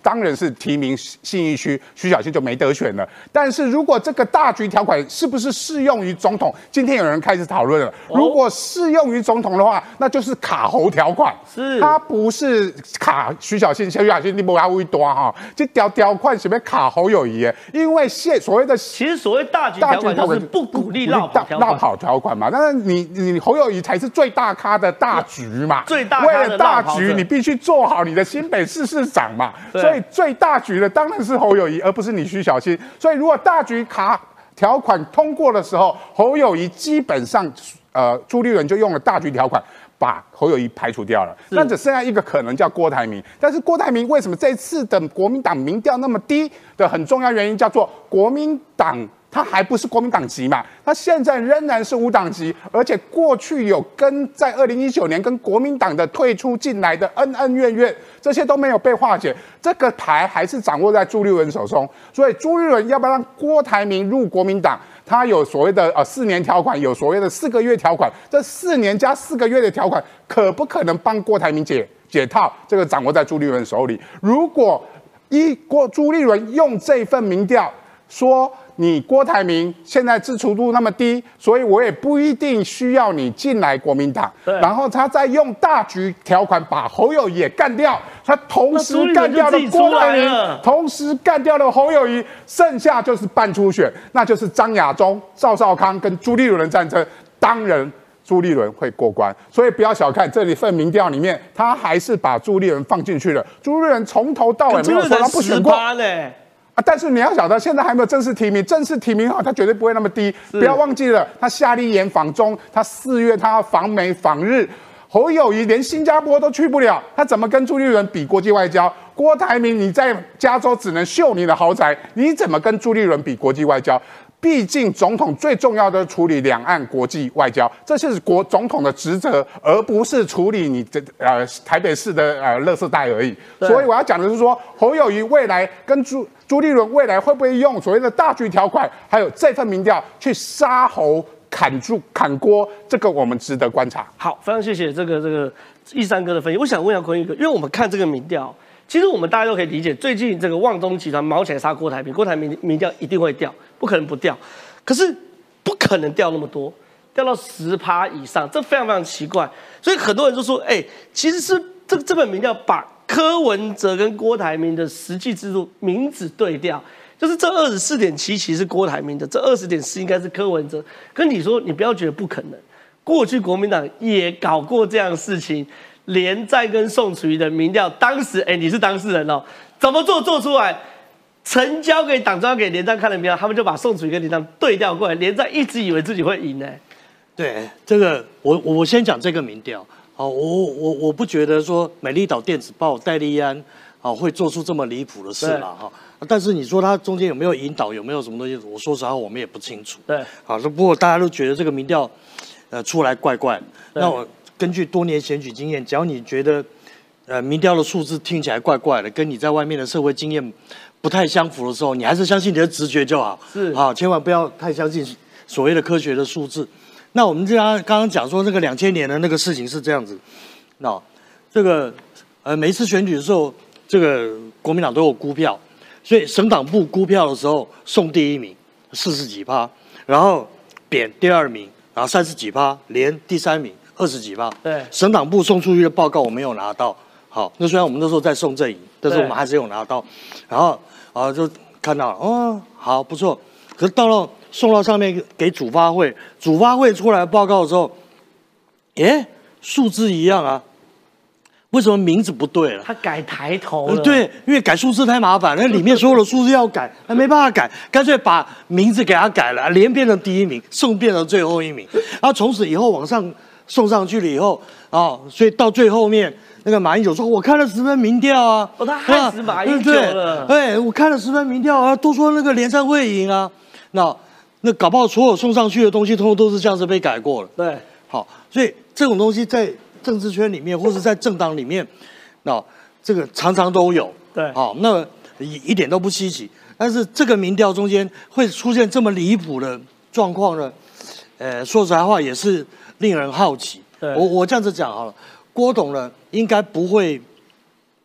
D: 当然是提名信义区徐小新就没得选了。但是如果这个大局条款是不是适用于总统？今天有人开始讨论了。如果适用于总统的话，那就是卡侯条款，它不是卡徐小新你不要微多哈，这条款是不是卡侯友宜？因为所谓的
A: 其实所谓大局条款就是不鼓励绕
D: 跑条款嘛。但是你侯友宜才是最大咖的大局嘛，
A: 为
D: 了大局你必须做好你的新北市市长嘛，所以最大局的当然是侯友宜，而不是你徐小新。所以如果大局卡条款通过的时候，侯友宜基本上朱立伦就用了大局条款把侯友宜排除掉了，那只剩下一个可能叫郭台铭。但是郭台铭为什么这次的国民党民调那么低的很重要原因叫做国民党他还不是国民党籍嘛，他现在仍然是无党籍，而且过去有在2019年跟国民党的退出进来的恩恩怨怨，这些都没有被化解，这个牌还是掌握在朱立伦手中。所以朱立伦要不要让郭台铭入国民党，他有所谓的4年条款，有所谓的4个月条款，这4年加4个月的条款可不可能帮郭台铭解套？这个掌握在朱立伦手里。如果朱立伦用这份民调说，你郭台铭现在支持度那么低，所以我也不一定需要你进来国民党。然后他再用大局条款把侯友宜也干掉，他同时干掉了郭台铭，同时干掉了侯友宜，剩下就是半初选，那就是张亚中、赵少康跟朱立伦的战争。当然，朱立伦会过关，所以不要小看这一份民调里面，他还是把朱立伦放进去了。朱立伦从头到尾没有说他不选过。但是你要晓得，现在还没有正式提名，正式提名他绝对不会那么低。不要忘记了，他夏立言访中，他4月他要访美访日，侯友宜连新加坡都去不了，他怎么跟朱立伦比国际外交？郭台铭你在加州只能秀你的豪宅，你怎么跟朱立伦比国际外交？毕竟总统最重要的处理两岸国际外交，这是总统的职责，而不是处理你台北市的垃圾袋而已。所以我要讲的是说，侯友宜未来跟朱立伦未来会不会用所谓的大局条款，还有这份民调去杀侯砍郭，这个我们值得观察。
A: 好，非常谢谢这个义山哥的分析。我想问一下坤毅哥，因为我们看这个民调。其实我们大家都可以理解，最近这个旺中集团毛起来杀郭台铭，郭台铭民调一定会掉，不可能不掉。可是不可能掉那么多，掉到10%以上，这非常非常奇怪。所以很多人就说，其实是这本民调把柯文哲跟郭台铭的实际制度名字对调，就是这24.7其实是郭台铭的，这20.4应该是柯文哲。跟你说，你不要觉得不可能，过去国民党也搞过这样的事情。连战跟宋楚瑜的民调，当时你是当事人哦，怎么做出来？呈交给党中央给连战看了民调，他们就把宋楚瑜跟连战对调过来，连战一直以为自己会赢呢。
C: 对，这个我先讲这个民调，我不觉得说美丽岛电子报戴立安会做出这么离谱的事了哈。但是你说他中间有没有引导，有没有什么东西？我说实话，我们也不清楚。
A: 对，
C: 好，不过大家都觉得这个民调出来怪怪的。那我根据多年选举经验，只要你觉得民调的数字听起来怪怪的，跟你在外面的社会经验不太相符的时候，你还是相信你的直觉就好。
A: 是
C: 好，千万不要太相信所谓的科学的数字。那我们刚刚讲说那个2000年的那个事情是这样子，那这个每一次选举的时候，这个国民党都有估票，所以省党部估票的时候送第1名40几%，然后扁第2名，然后30几%，连第3名20几%。
A: 对，
C: 省党部送出去的报告我没有拿到。好，那虽然我们那时候在送阵营，但是我们还是有拿到。然后就看到好不错。可是到了送到上面给主发会，主发会出来报告的时候，数字一样啊，为什么名字不对了？
A: 他改抬头了。
C: 对，因为改数字太麻烦，那里面所有的数字要改，他没办法改，干脆把名字给他改了，连变成第1名，送变成最后1名。然后从此以后往上送上去了以后所以到最后面。那个马英九说：“我看了10份民调啊，
A: 他害死马英九了。
C: 对，我看了10份民调啊，都说那个连战会赢啊。那搞不好所有送上去的东西，通通都是这样子被改过了。
A: 对，
C: 好，所以这种东西在政治圈里面，或者在政党里面，这个常常都有。
A: 对，
C: 好，那一点都不稀奇。但是这个民调中间会出现这么离谱的状况呢？说实在话，也是令人好奇。我这样子讲好了。”郭董呢，应该不会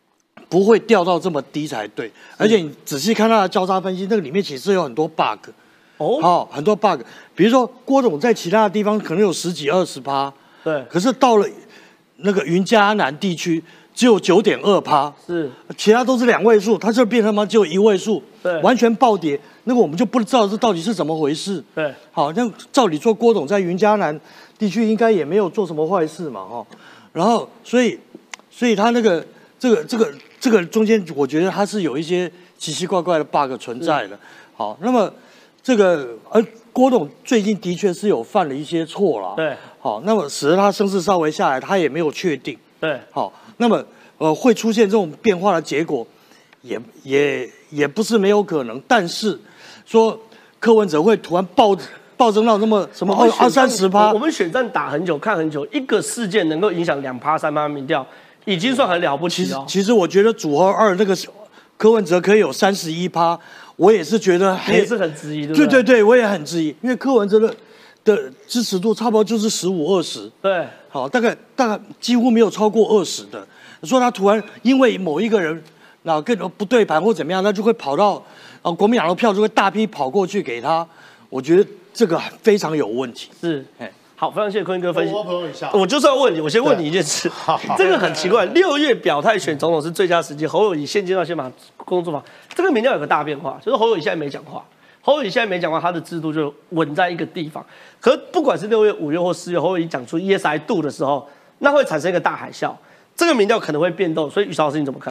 C: 不会掉到这么低才对。而且你仔细看他的交叉分析，那个里面其实有很多 bug。好，很多 bug， 比如说郭董在其他的地方可能有10几20%，
A: 对，
C: 可是到了那个云嘉南地区只有9.2%，
A: 是，
C: 其他都是2位数，它就变成嘛只有1位数，
A: 对，
C: 完全暴跌，那个我们就不知道这到底是怎么回事。
A: 对，
C: 好，那照理说郭董在云嘉南地区应该也没有做什么坏事嘛，然后所以他那个这个中间，我觉得它是有一些奇奇怪怪的 bug 存在的。好，那么。这个郭董最近的确是有犯了一些错了，
A: 对，
C: 好，那么使得他声势稍微下来，他也没有确定，
A: 对，
C: 好，那么会出现这种变化的结果，也不是没有可能，但是说柯文哲会突然暴增到那么什么20-30%，
A: 我们选战打很久，看很久，一个事件能够影响2%-3%民调，已经算很了不起了。
C: 其实我觉得组合2那个柯文哲可以有31%。我也是觉得，
A: 你也是很质疑，对不对？
C: 对，我也很质疑，因为柯文哲的支持度差不多就是15-20，对，好，大概几乎没有超过20的。说他突然因为某一个人跟不对盘或怎么样，他就会跑到国民党的票就会大批跑过去给他，我觉得这个非常有问题。
A: 是，好，非常谢谢坤哥分析。
B: 我
A: 就是要问你，我先问你一件事，这个很奇怪，6月表态选总统是最佳时机，侯友宜现阶段先把工作坊，这个民调有个大变化，就是侯友宜现在没讲话，侯友宜现在没讲话，他的制度就稳在一个地方。可不管是6月、5月或4月，侯友宜讲出 Yes I do 的时候，那会产生一个大海啸，这个民调可能会变动。所以宇潮老师你怎么看？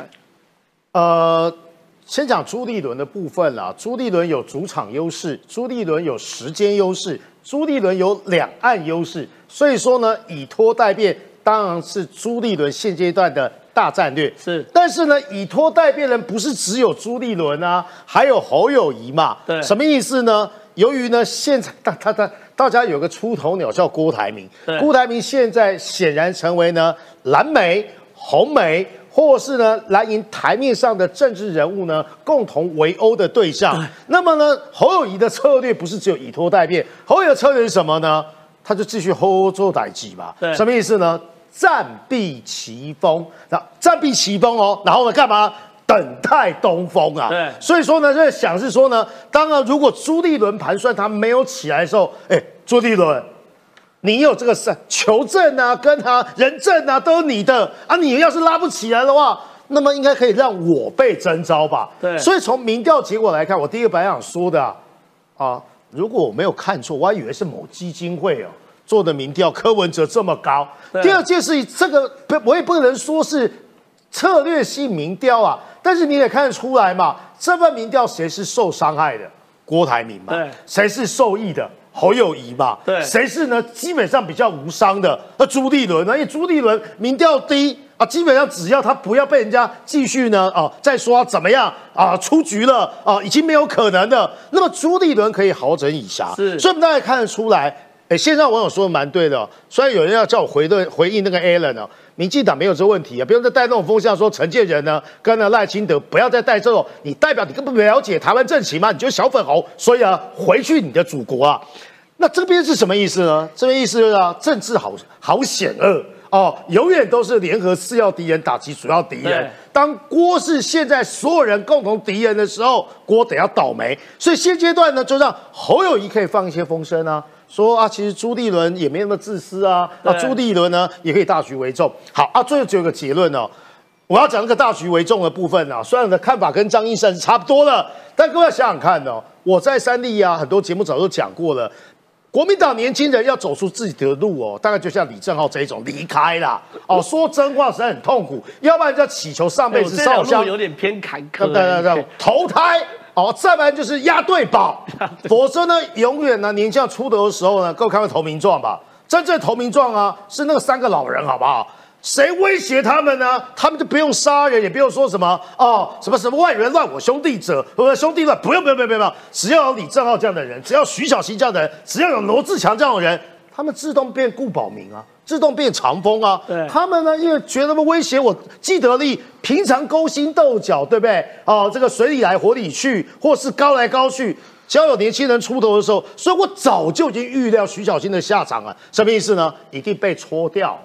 B: 先讲朱立伦的部分啦，朱立伦有主场优势，朱立伦有时间优势，朱立伦有两岸优势，所以说呢，以拖代变当然是朱立伦现阶段的大战略。
A: 是，
B: 但是呢，以拖代变人不是只有朱立伦啊，还有侯友宜嘛。
A: 对，
B: 什么意思呢？由于呢，现在大家有个出头鸟叫郭台铭，郭台铭现在显然成为呢蓝媒、红媒。或是呢，蓝营台面上的政治人物呢，共同围殴的对象。那么呢，侯友宜的策略不是只有以拖代变，侯友宜的策略是什么呢？他就继续吼做歹计嘛。什么意思呢？暂避其锋，暂避其锋哦。然后呢，干嘛？等待东风啊。对。所以说呢，在想是说呢，当然如果朱立伦盘算他没有起来的时候，朱立伦。你有这个求证啊，跟人证啊，都是你的啊。你要是拉不起来的话，那么应该可以让我被征召吧？对。所以从民调结果来看，我第一个本来想说的如果我没有看错，我还以为是某基金会做的民调，柯文哲这么高。第二件事情，这个我也不能说是策略性民调啊，但是你也看得出来嘛，这份民调谁是受伤害的？郭台铭嘛。对。谁是受益的？侯友宜嘛，对，谁是呢？基本上比较无伤的，朱立伦呢？因为朱立伦民调低啊，基本上只要他不要被人家继续呢再说怎么样出局了已经没有可能的，那么朱立伦可以好整以暇。是，所以我们大概看得出来，线上网友说的蛮对的，虽然有人要叫我回应那个 Alan 民进党没有这问题啊，不用再带那种风向说陈建仁呢跟赖清德不要再带这种，你代表你根本不了解台湾政情嘛，你就是小粉红，所以回去你的祖国啊。那这边是什么意思呢？这边意思就是政治好险恶永远都是联合次要敌人打击主要敌人。当郭是现在所有人共同敌人的时候，郭得要倒霉。所以现阶段呢，就让侯友宜可以放一些风声啊，说其实朱立伦也没那么自私啊，朱立伦呢也可以大局为重。好最后只有个结论我要讲那个大局为重的部分虽然我的看法跟张医生是差不多的，但各位想想看我在三立很多节目早就讲过了。国民党年轻人要走出自己的路大概就像李正皓这一种离开啦说真话实在很痛苦，要不然就要祈求上辈子烧香，
A: 有点偏坎坷，
B: 对，投胎再不然就是押对宝，否则呢永远呢年轻出头的时候呢，各位看过投名状吧？真正投名状是那个3个老人，好不好？谁威胁他们呢？他们就不用杀人，也不用说什么什么外人乱我兄弟者，或者兄弟乱，不用，只要有李正皓这样的人，只要徐小新这样的人，只要有罗志强这样的人，他们自动变顾宝明自动变长风他们呢，因为觉得他们威胁我既得利，平常勾心斗角，对不对？这个水里来火里去，或是高来高去。只要有年轻人出头的时候，所以我早就已经预料徐小新的下场了。什么意思呢？一定被戳掉了。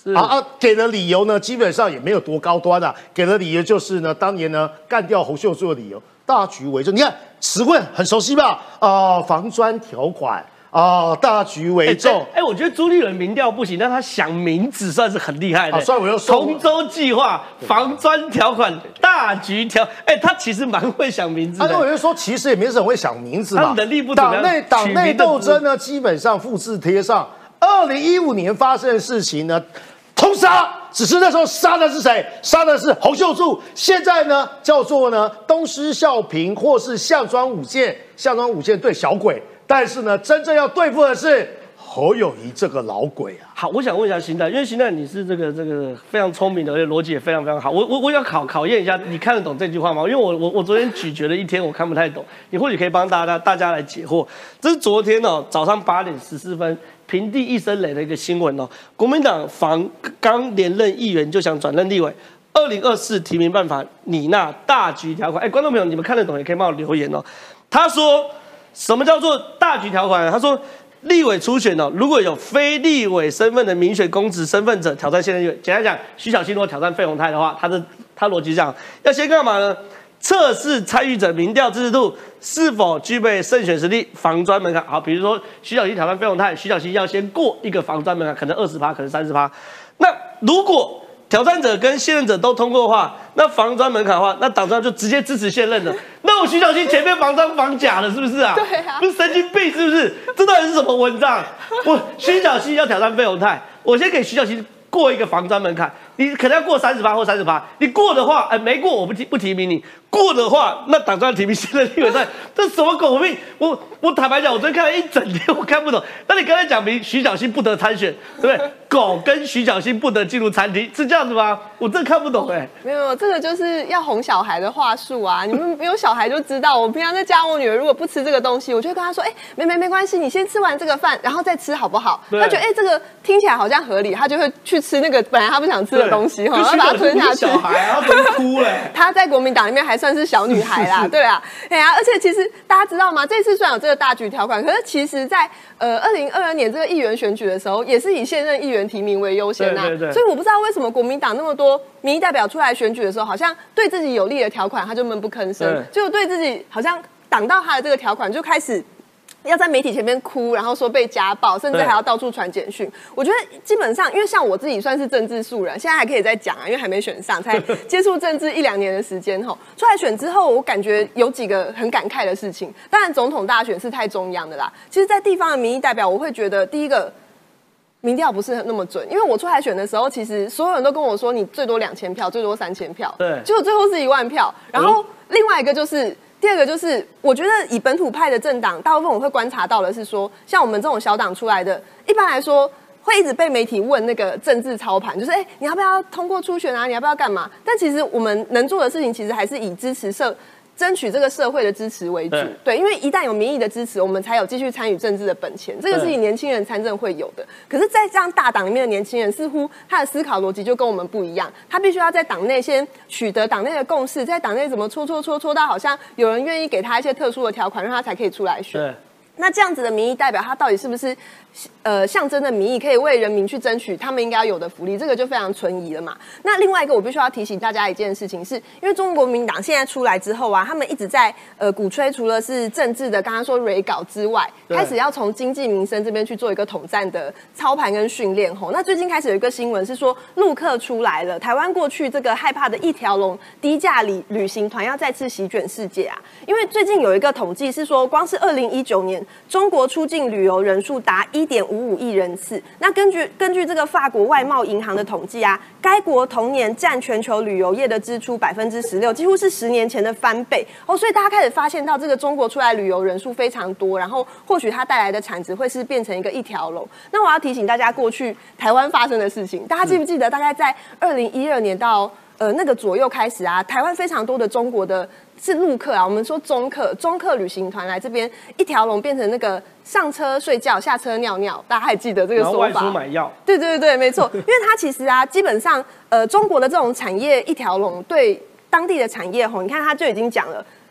B: 给的理由呢，基本上也没有多高端啊，给的理由就是呢，当年呢干掉侯秀柱的理由，大局为重。你看词汇很熟悉吧？防专条款。大局为重。
A: 我觉得朱立伦民调不行，但他想名字算是很厉害的。
B: 所以我又说
A: 同舟计划、防专条款、大局条，他其实蛮会想名字的。
B: 那我就说，其实也没是很会想名字嘛。
A: 他能力不怎么样。
B: 党内斗争呢，基本上复制贴上2015年发生的事情呢，通杀。只是那时候杀的是谁？杀的是侯秀柱。现在呢，叫做呢东施效颦，或是项庄舞剑对小鬼。但是呢，真正要对付的是侯友宜这个老鬼啊！
A: 好，我想问一下邢太，因为邢太你是这个非常聪明的，而且逻辑也非常非常好。我要考验一下，你看得懂这句话吗？因为我昨天咀嚼了一天，我看不太懂。你或许可以帮大家来解惑。这是昨天早上8点14分，平地一声雷的一个新闻哦。国民党刚连任议员就想转任立委，2024提名办法拟纳大局条款。观众朋友，你们看得懂也可以帮我留言哦。他说。什么叫做大局条款呢？他说，立委初选如果有非立委身份的民选公职身份者挑战现任立委，简单讲，徐小新如果挑战费鸿泰的话，他逻辑上要先干嘛呢？测试参与者民调支持度是否具备胜选实力，防专门槛。好，比如说徐小新挑战费鸿泰，徐小新要先过一个防专门槛，可能20%，可能30%。那如果挑战者跟现任者都通过的话，那防专门槛的话，那党中央就直接支持现任的。那我徐小新前面防专防假了，是不是啊？
E: 对啊，
A: 不是神经病是不是？这到底是什么文章？我徐小新要挑战费鸿泰，我先给徐小新过一个防专门槛，你可能要过30%或30%，你过的话，没过我不提名你，过的话，那党中央提名现任立委，这什么狗屁？我坦白讲，我昨天看了一整天，我看不懂。那你刚才讲明徐小新不得参选，对不对？狗跟徐小新不得进入餐厅，是这样子吗？我真的看不懂
E: 没有，这个就是要哄小孩的话术啊！你们没有小孩就知道，我平常在家，我女儿如果不吃这个东西，我就会跟她说，没关系，你先吃完这个饭，然后再吃好不好？她觉得这个听起来好像合理，她就会去吃那个本来她不想吃的东西，然后把它吞下去。
A: 小孩啊，她哭嘞！
E: 她在国民党里面还算是小女孩啦，对啊，而且其实大家知道吗？这次虽然有这个大局条款，可是其实在2022年这个议员选举的时候，也是以现任议员提名为优先啊。对，所以我不知道为什么国民党那么多民意代表出来选举的时候，好像对自己有利的条款他就闷不吭声，就对自己好像挡到他的这个条款就开始要在媒体前面哭，然后说被家暴，甚至还要到处传简讯。我觉得基本上，因为像我自己算是政治素人，现在还可以再讲啊，因为还没选上，才接触政治1-2年的时间吼。出来选之后，我感觉有几个很感慨的事情。当然，总统大选是太中央的啦。其实，在地方的民意代表，我会觉得第一个。民调不是那么准，因为我出来选的时候，其实所有人都跟我说，你最多2000票，最多3000票，对，结果最后是1万票。然后另外一个就是，第二个就是，我觉得以本土派的政党，大部分我会观察到的是说，像我们这种小党出来的，一般来说会一直被媒体问那个政治操盘，就是你要不要通过初选啊，你要不要干嘛？但其实我们能做的事情，其实还是以争取这个社会的支持为主，对，因为一旦有民意的支持，我们才有继续参与政治的本钱，这个是以年轻人参政会有的。可是，在这样大党里面的年轻人，似乎他的思考逻辑就跟我们不一样，他必须要在党内先取得党内的共识，在党内怎么搓到好像有人愿意给他一些特殊的条款，让他才可以出来选。那这样子的民意代表，他到底是不是象征的民意，可以为人民去争取他们应该要有的福利？这个就非常存疑了嘛。那另外一个，我必须要提醒大家一件事情是，因为中国国民党现在出来之后啊，他们一直在鼓吹，除了是政治的刚刚说蕊稿之外，开始要从经济民生这边去做一个统战的操盘跟训练吼。那最近开始有一个新闻是说，陆客出来了，台湾过去这个害怕的一条龙低价旅行团要再次席卷世界啊。因为最近有一个统计是说，光是2019年。中国出境旅游人数达1.55亿人次。那根据这个法国外贸银行的统计啊，该国同年占全球旅游业的支出16%，几乎是10年前的翻倍哦。所以大家开始发现到这个中国出来旅游人数非常多，然后或许它带来的产值会是变成一条龙。那我要提醒大家，过去台湾发生的事情，大家记不记得？大概在2012年到那个左右开始啊，台湾非常多的中国的。是陆客啊，我们说中客旅行团来这边一条龙变成那个上车睡觉，下车尿尿，大家还记得这个说法？
A: 然后外出买药。
E: 对，没错，因为它其实啊，基本上中国的这种产业一条龙对当地的产业吼，你看它就已经讲了。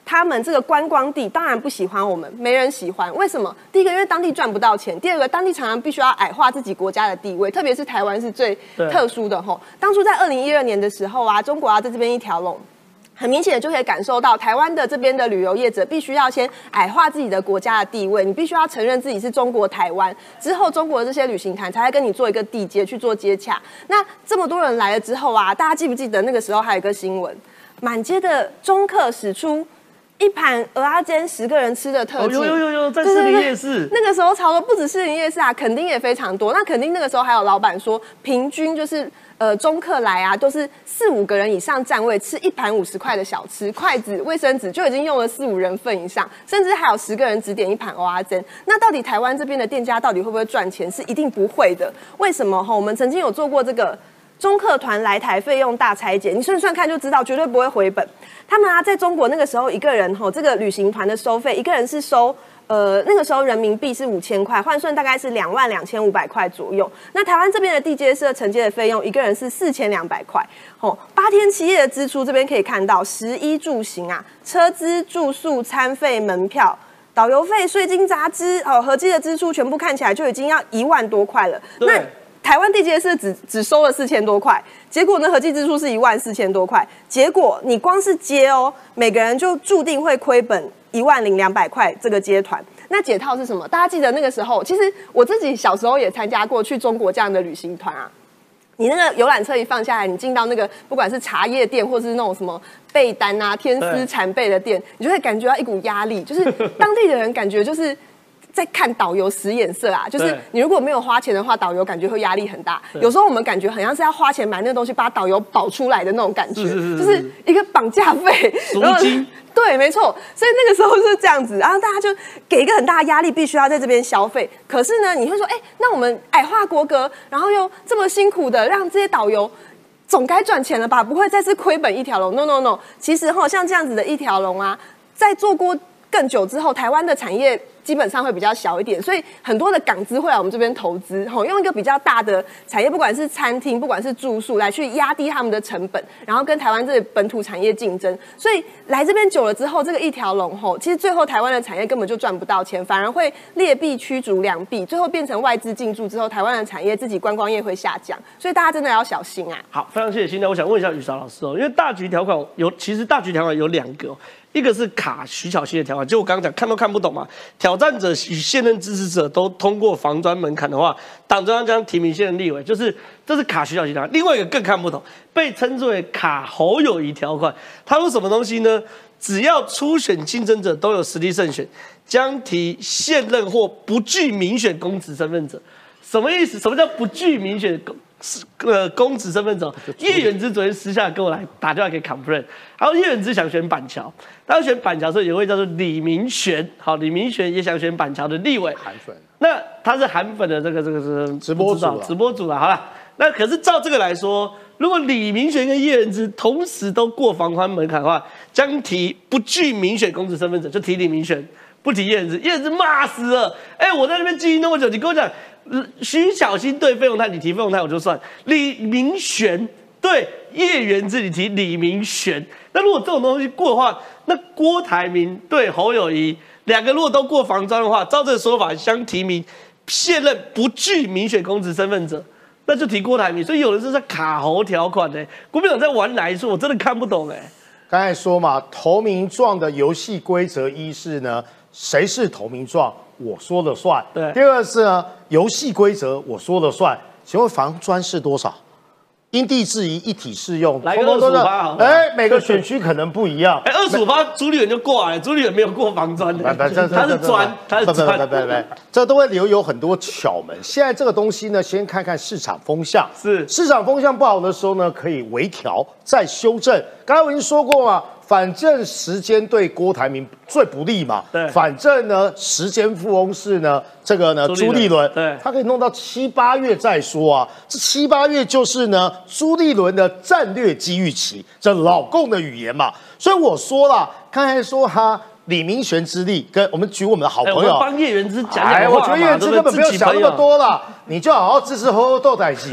E: 他们这个观光地当然不喜欢我们，没人喜欢。为什么？第一个，因为当地赚不到钱；第二个，当地常常必须要矮化自己国家的地位，特别是台湾是最特殊的吼。当初在2012年的时候啊，中国要在这边一条龙。很明显的就可以感受到，台湾的这边的旅游业者必须要先矮化自己的国家的地位，你必须要承认自己是中国台湾，之后中国的这些旅行团才会跟你做一个地接去做接洽。那这么多人来了之后啊，大家记不记得那个时候还有一个新闻，满街的中客使出一盘蚵仔煎10个人吃的特技，
A: 有，在士林夜市，
E: 那个时候超多，不止士林夜市啊，垦丁也非常多。那垦丁那个时候还有老板说，平均就是中客来啊，都是4、5个人以上占位，吃一盘50块的小吃，筷子、卫生纸就已经用了4、5人份以上，甚至还有10个人只点一盘蚵仔煎。那到底台湾这边的店家到底会不会赚钱？是一定不会的。为什么？我们曾经有做过这个中客团来台费用大拆解，你算算看就知道，绝对不会回本。他们啊，在中国那个时候，一个人这个旅行团的收费，一个人是收那个时候人民币是5000块，换算大概是22500块左右。那台湾这边的地接社承接的费用，一个人是4200块。8天7夜的支出，这边可以看到食衣住行啊，车资、住宿、餐费、门票、导游费、税金杂支合计的支出，全部看起来就已经要1万多块了。那台湾地接社只收了4000多块，结果呢，合计支出是14000多块。结果你光是接每个人就注定会亏本10200块这个接团。那解套是什么？大家记得那个时候，其实我自己小时候也参加过去中国这样的旅行团啊。你那个游览车一放下来，你进到那个不管是茶叶店或是那种什么被单啊、天丝缠被的店，你就会感觉到一股压力，就是当地的人感觉就是在看导游使眼色啊，就是你如果没有花钱的话，导游感觉会压力很大。有时候我们感觉好像是要花钱买那个东西，把导游保出来的那种感觉，就是一个绑架费、
A: 赎金。
E: 对，没错。所以那个时候是这样子，然后大家就给一个很大的压力，必须要在这边消费。可是呢，你会说，那我们矮化国格，然后又这么辛苦的让这些导游。总该赚钱了吧？不会再是亏本一条龙 ？No。其实像这样子的一条龙啊，在做过更久之后，台湾的产业基本上会比较小一点，所以很多的港资会来我们这边投资，用一个比较大的产业，不管是餐厅，不管是住宿，来去压低他们的成本，然后跟台湾这里本土产业竞争。所以来这边久了之后，这个一条龙其实最后台湾的产业根本就赚不到钱，反而会劣币驱逐良币，最后变成外资进驻之后，台湾的产业自己观光业会下降，所以大家真的要小心啊。
A: 好，非常谢谢欣娜。我想问一下宇韶老师因为大局条款其实大局条款有2个一个是卡徐巧芯的条款，就我刚刚讲看都看不懂嘛。挑战者与现任支持者都通过防专门槛的话，党中央将提名现任立委，这是卡徐巧芯条款。另外一个更看不懂，被称之为卡侯友宜条款。他说什么东西呢？只要初选竞争者都有实力胜选，将提现任或不具民选公职身份者。什么意思？什么叫不具民选公职身份者？叶元之昨天私下跟我来打电话给 complain， 然后叶元之想选板桥，他选板桥的时候有一位叫做李明玄，好，李明玄也想选板桥的立委，
B: 韩粉，
A: 那他是韩粉的这个
B: 直播主
A: 了，好了，那可是照这个来说，如果李明玄跟叶元之同时都过防宽门槛的话，将提不具民选公职身份者，就提李明玄，不提叶元之，叶元之骂死了，我在那边经营那么久，你跟我讲。徐巧芯对费鸿泰，你提费鸿泰我就算；李明玄对叶元之，你提李明玄。那如果这种东西过的话，那郭台铭对侯友宜2个如果都过防专的话，照这个说法相提名现任不具民选公职身份者，那就提郭台铭。所以有人是在卡侯条款国民党在玩哪一出？我真的看不懂
B: 刚才说嘛，投名状的游戏规则一是呢，谁是投名状？我说了算。
A: 对。
B: 第二是呢，游戏规则我说了算。请问防专是多少？因地制宜，一体适用。
A: 来个25%好了。
B: 每个选区可能不一样。
A: 25%朱立伦就过来了，朱立伦没有过防专的。他是专。
B: 这都会留有很多巧门。现在这个东西呢，先看看市场风向。
A: 是。
B: 市场风向不好的时候呢，可以微调再修正。刚才我已经说过嘛。反正时间对郭台铭最不利嘛，
A: 对。
B: 反正呢，时间富翁是呢，这个呢，朱立伦，
A: 对，
B: 他可以弄到7、8月再说啊。这7、8月就是呢，朱立伦的战略机遇期，这老共的语言嘛。所以我说了，刚才说他李明玄之力，跟我们举我们的好朋友，
A: 我帮叶元之讲话
B: 我觉得叶元之根本没有想那么多啦，你就好好支持侯豆仔鸡嘛。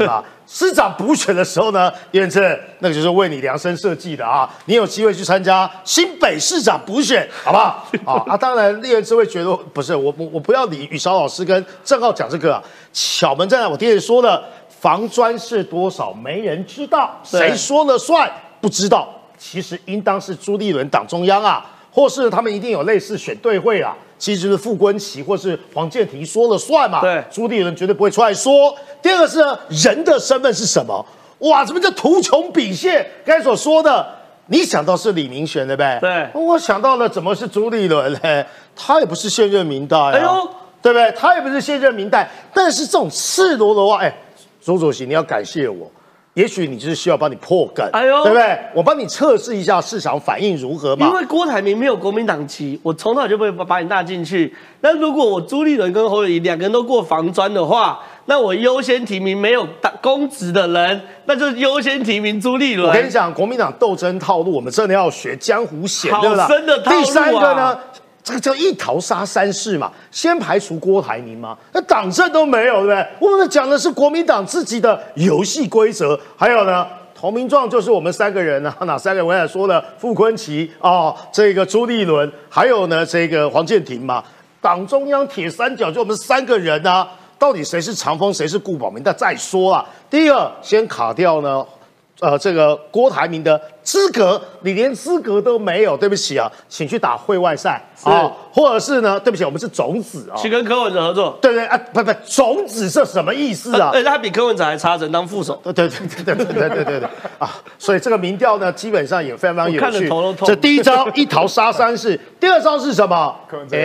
B: 师长补选的时候呢，燕正那个就是为你量身设计的啊！你有机会去参加新北市长补选，好不好？当然，叶元之会觉得不是我不要理宇韶老师跟郑浩讲这个啊。巧门在哪？我爹也说了，房专是多少，没人知道，谁说了算？不知道。其实应当是朱立伦党中央啊，或是他们一定有类似选对会啊。其实就是傅昆萁或是黄健庭说了算嘛，对，朱立伦绝对不会出来说。第二个是呢，人的身份是什么？哇，什么叫图穷匕现？刚才所说的，你想到是李明玄对不对？对，我想到了怎么是朱立伦嘞？他也不是现任民代啊，哎呦，对不对？他也不是现任民代，但是这种赤裸裸啊，周主席你要感谢我。也许你就是需要帮你破梗，哎呦，对不对？我帮你测试一下市场反应如何嘛。因为郭台铭没有国民党籍，我从头就不会把你纳进去。那如果我朱立伦跟侯友宜两个人都过防专的话，那我优先提名没有公职的人，那就优先提名朱立伦。我跟你讲，国民党斗争套路，我们真的要学江湖险，对吧？好深的套路啊。第三个呢？这个叫一桃杀三士嘛，先排除郭台铭嘛，那党政都没有，对不对？我们讲的是国民党自己的游戏规则，还有呢，投名状就是我们三个人啊，哪三个人？我才说了，傅昆萁这个朱立伦，还有呢这个黄健庭嘛，党中央铁三角就我们三个人啊，到底谁是长风，谁是顾宝明？但再说啦，第一个先卡掉呢。这个郭台铭的资格，你连资格都没有，对不起啊，请去打会外赛啊，或者是呢，对不起，我们是种子啊，去跟柯文哲合作，对对啊，不，种子是什么意思啊？他比柯文哲还差，只当副手，对啊，所以这个民调呢，基本上也非常有趣。这第一招一桃杀三士，第二招是什么？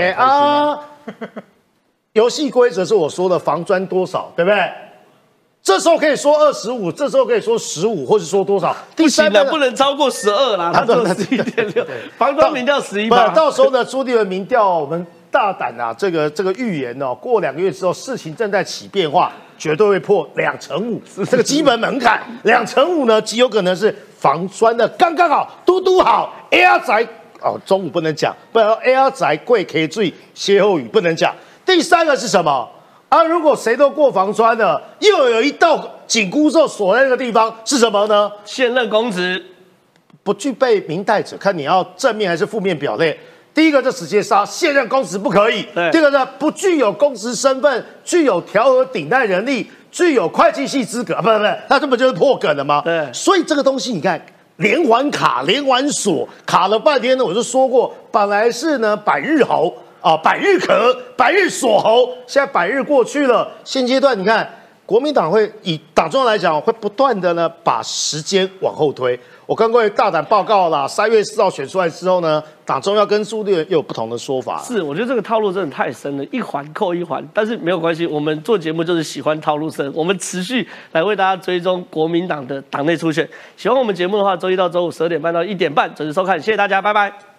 B: 游戏规则是我说的防专多少，对不对？这时候可以说25，这时候可以说15，或者说多少？不行的，不能超过12啦。他说11.6，防专民调11%。到时候呢，朱立伦民调我们大胆啊，这个预言哦，过2个月之后事情正在起变化，绝对会破2成5，这个基本门槛。2成5呢，极有可能是防专的刚刚好，嘟好 ，AR 宅中午不能讲，不然 AR 宅贵可以注意歇后语不能讲。第三个是什么？如果谁都过防专了，又有一道紧箍咒锁在那个地方，是什么呢？现任公职不具备民代者，看你要正面还是负面表列。第一个就直接杀现任公职不可以，第二个呢不具有公职身份，具有调和顶戴人力，具有会计系资格，不，那这不就是破梗了吗？对，所以这个东西你看。连环卡，连环锁，卡了半天呢。我就说过，本来是呢百日侯百日咳，百日锁侯，现在百日过去了。现阶段你看，国民党会以党中央来讲，会不断的呢把时间往后推。我跟各位大胆报告啦，3月4号选出来之后呢，党中央跟朱立伦又有不同的说法。是，我觉得这个套路真的太深了，一环扣一环。但是没有关系，我们做节目就是喜欢套路深，我们持续来为大家追踪国民党的党内初选。喜欢我们节目的话，周一到周五12点半到1点半准时收看，谢谢大家，拜拜。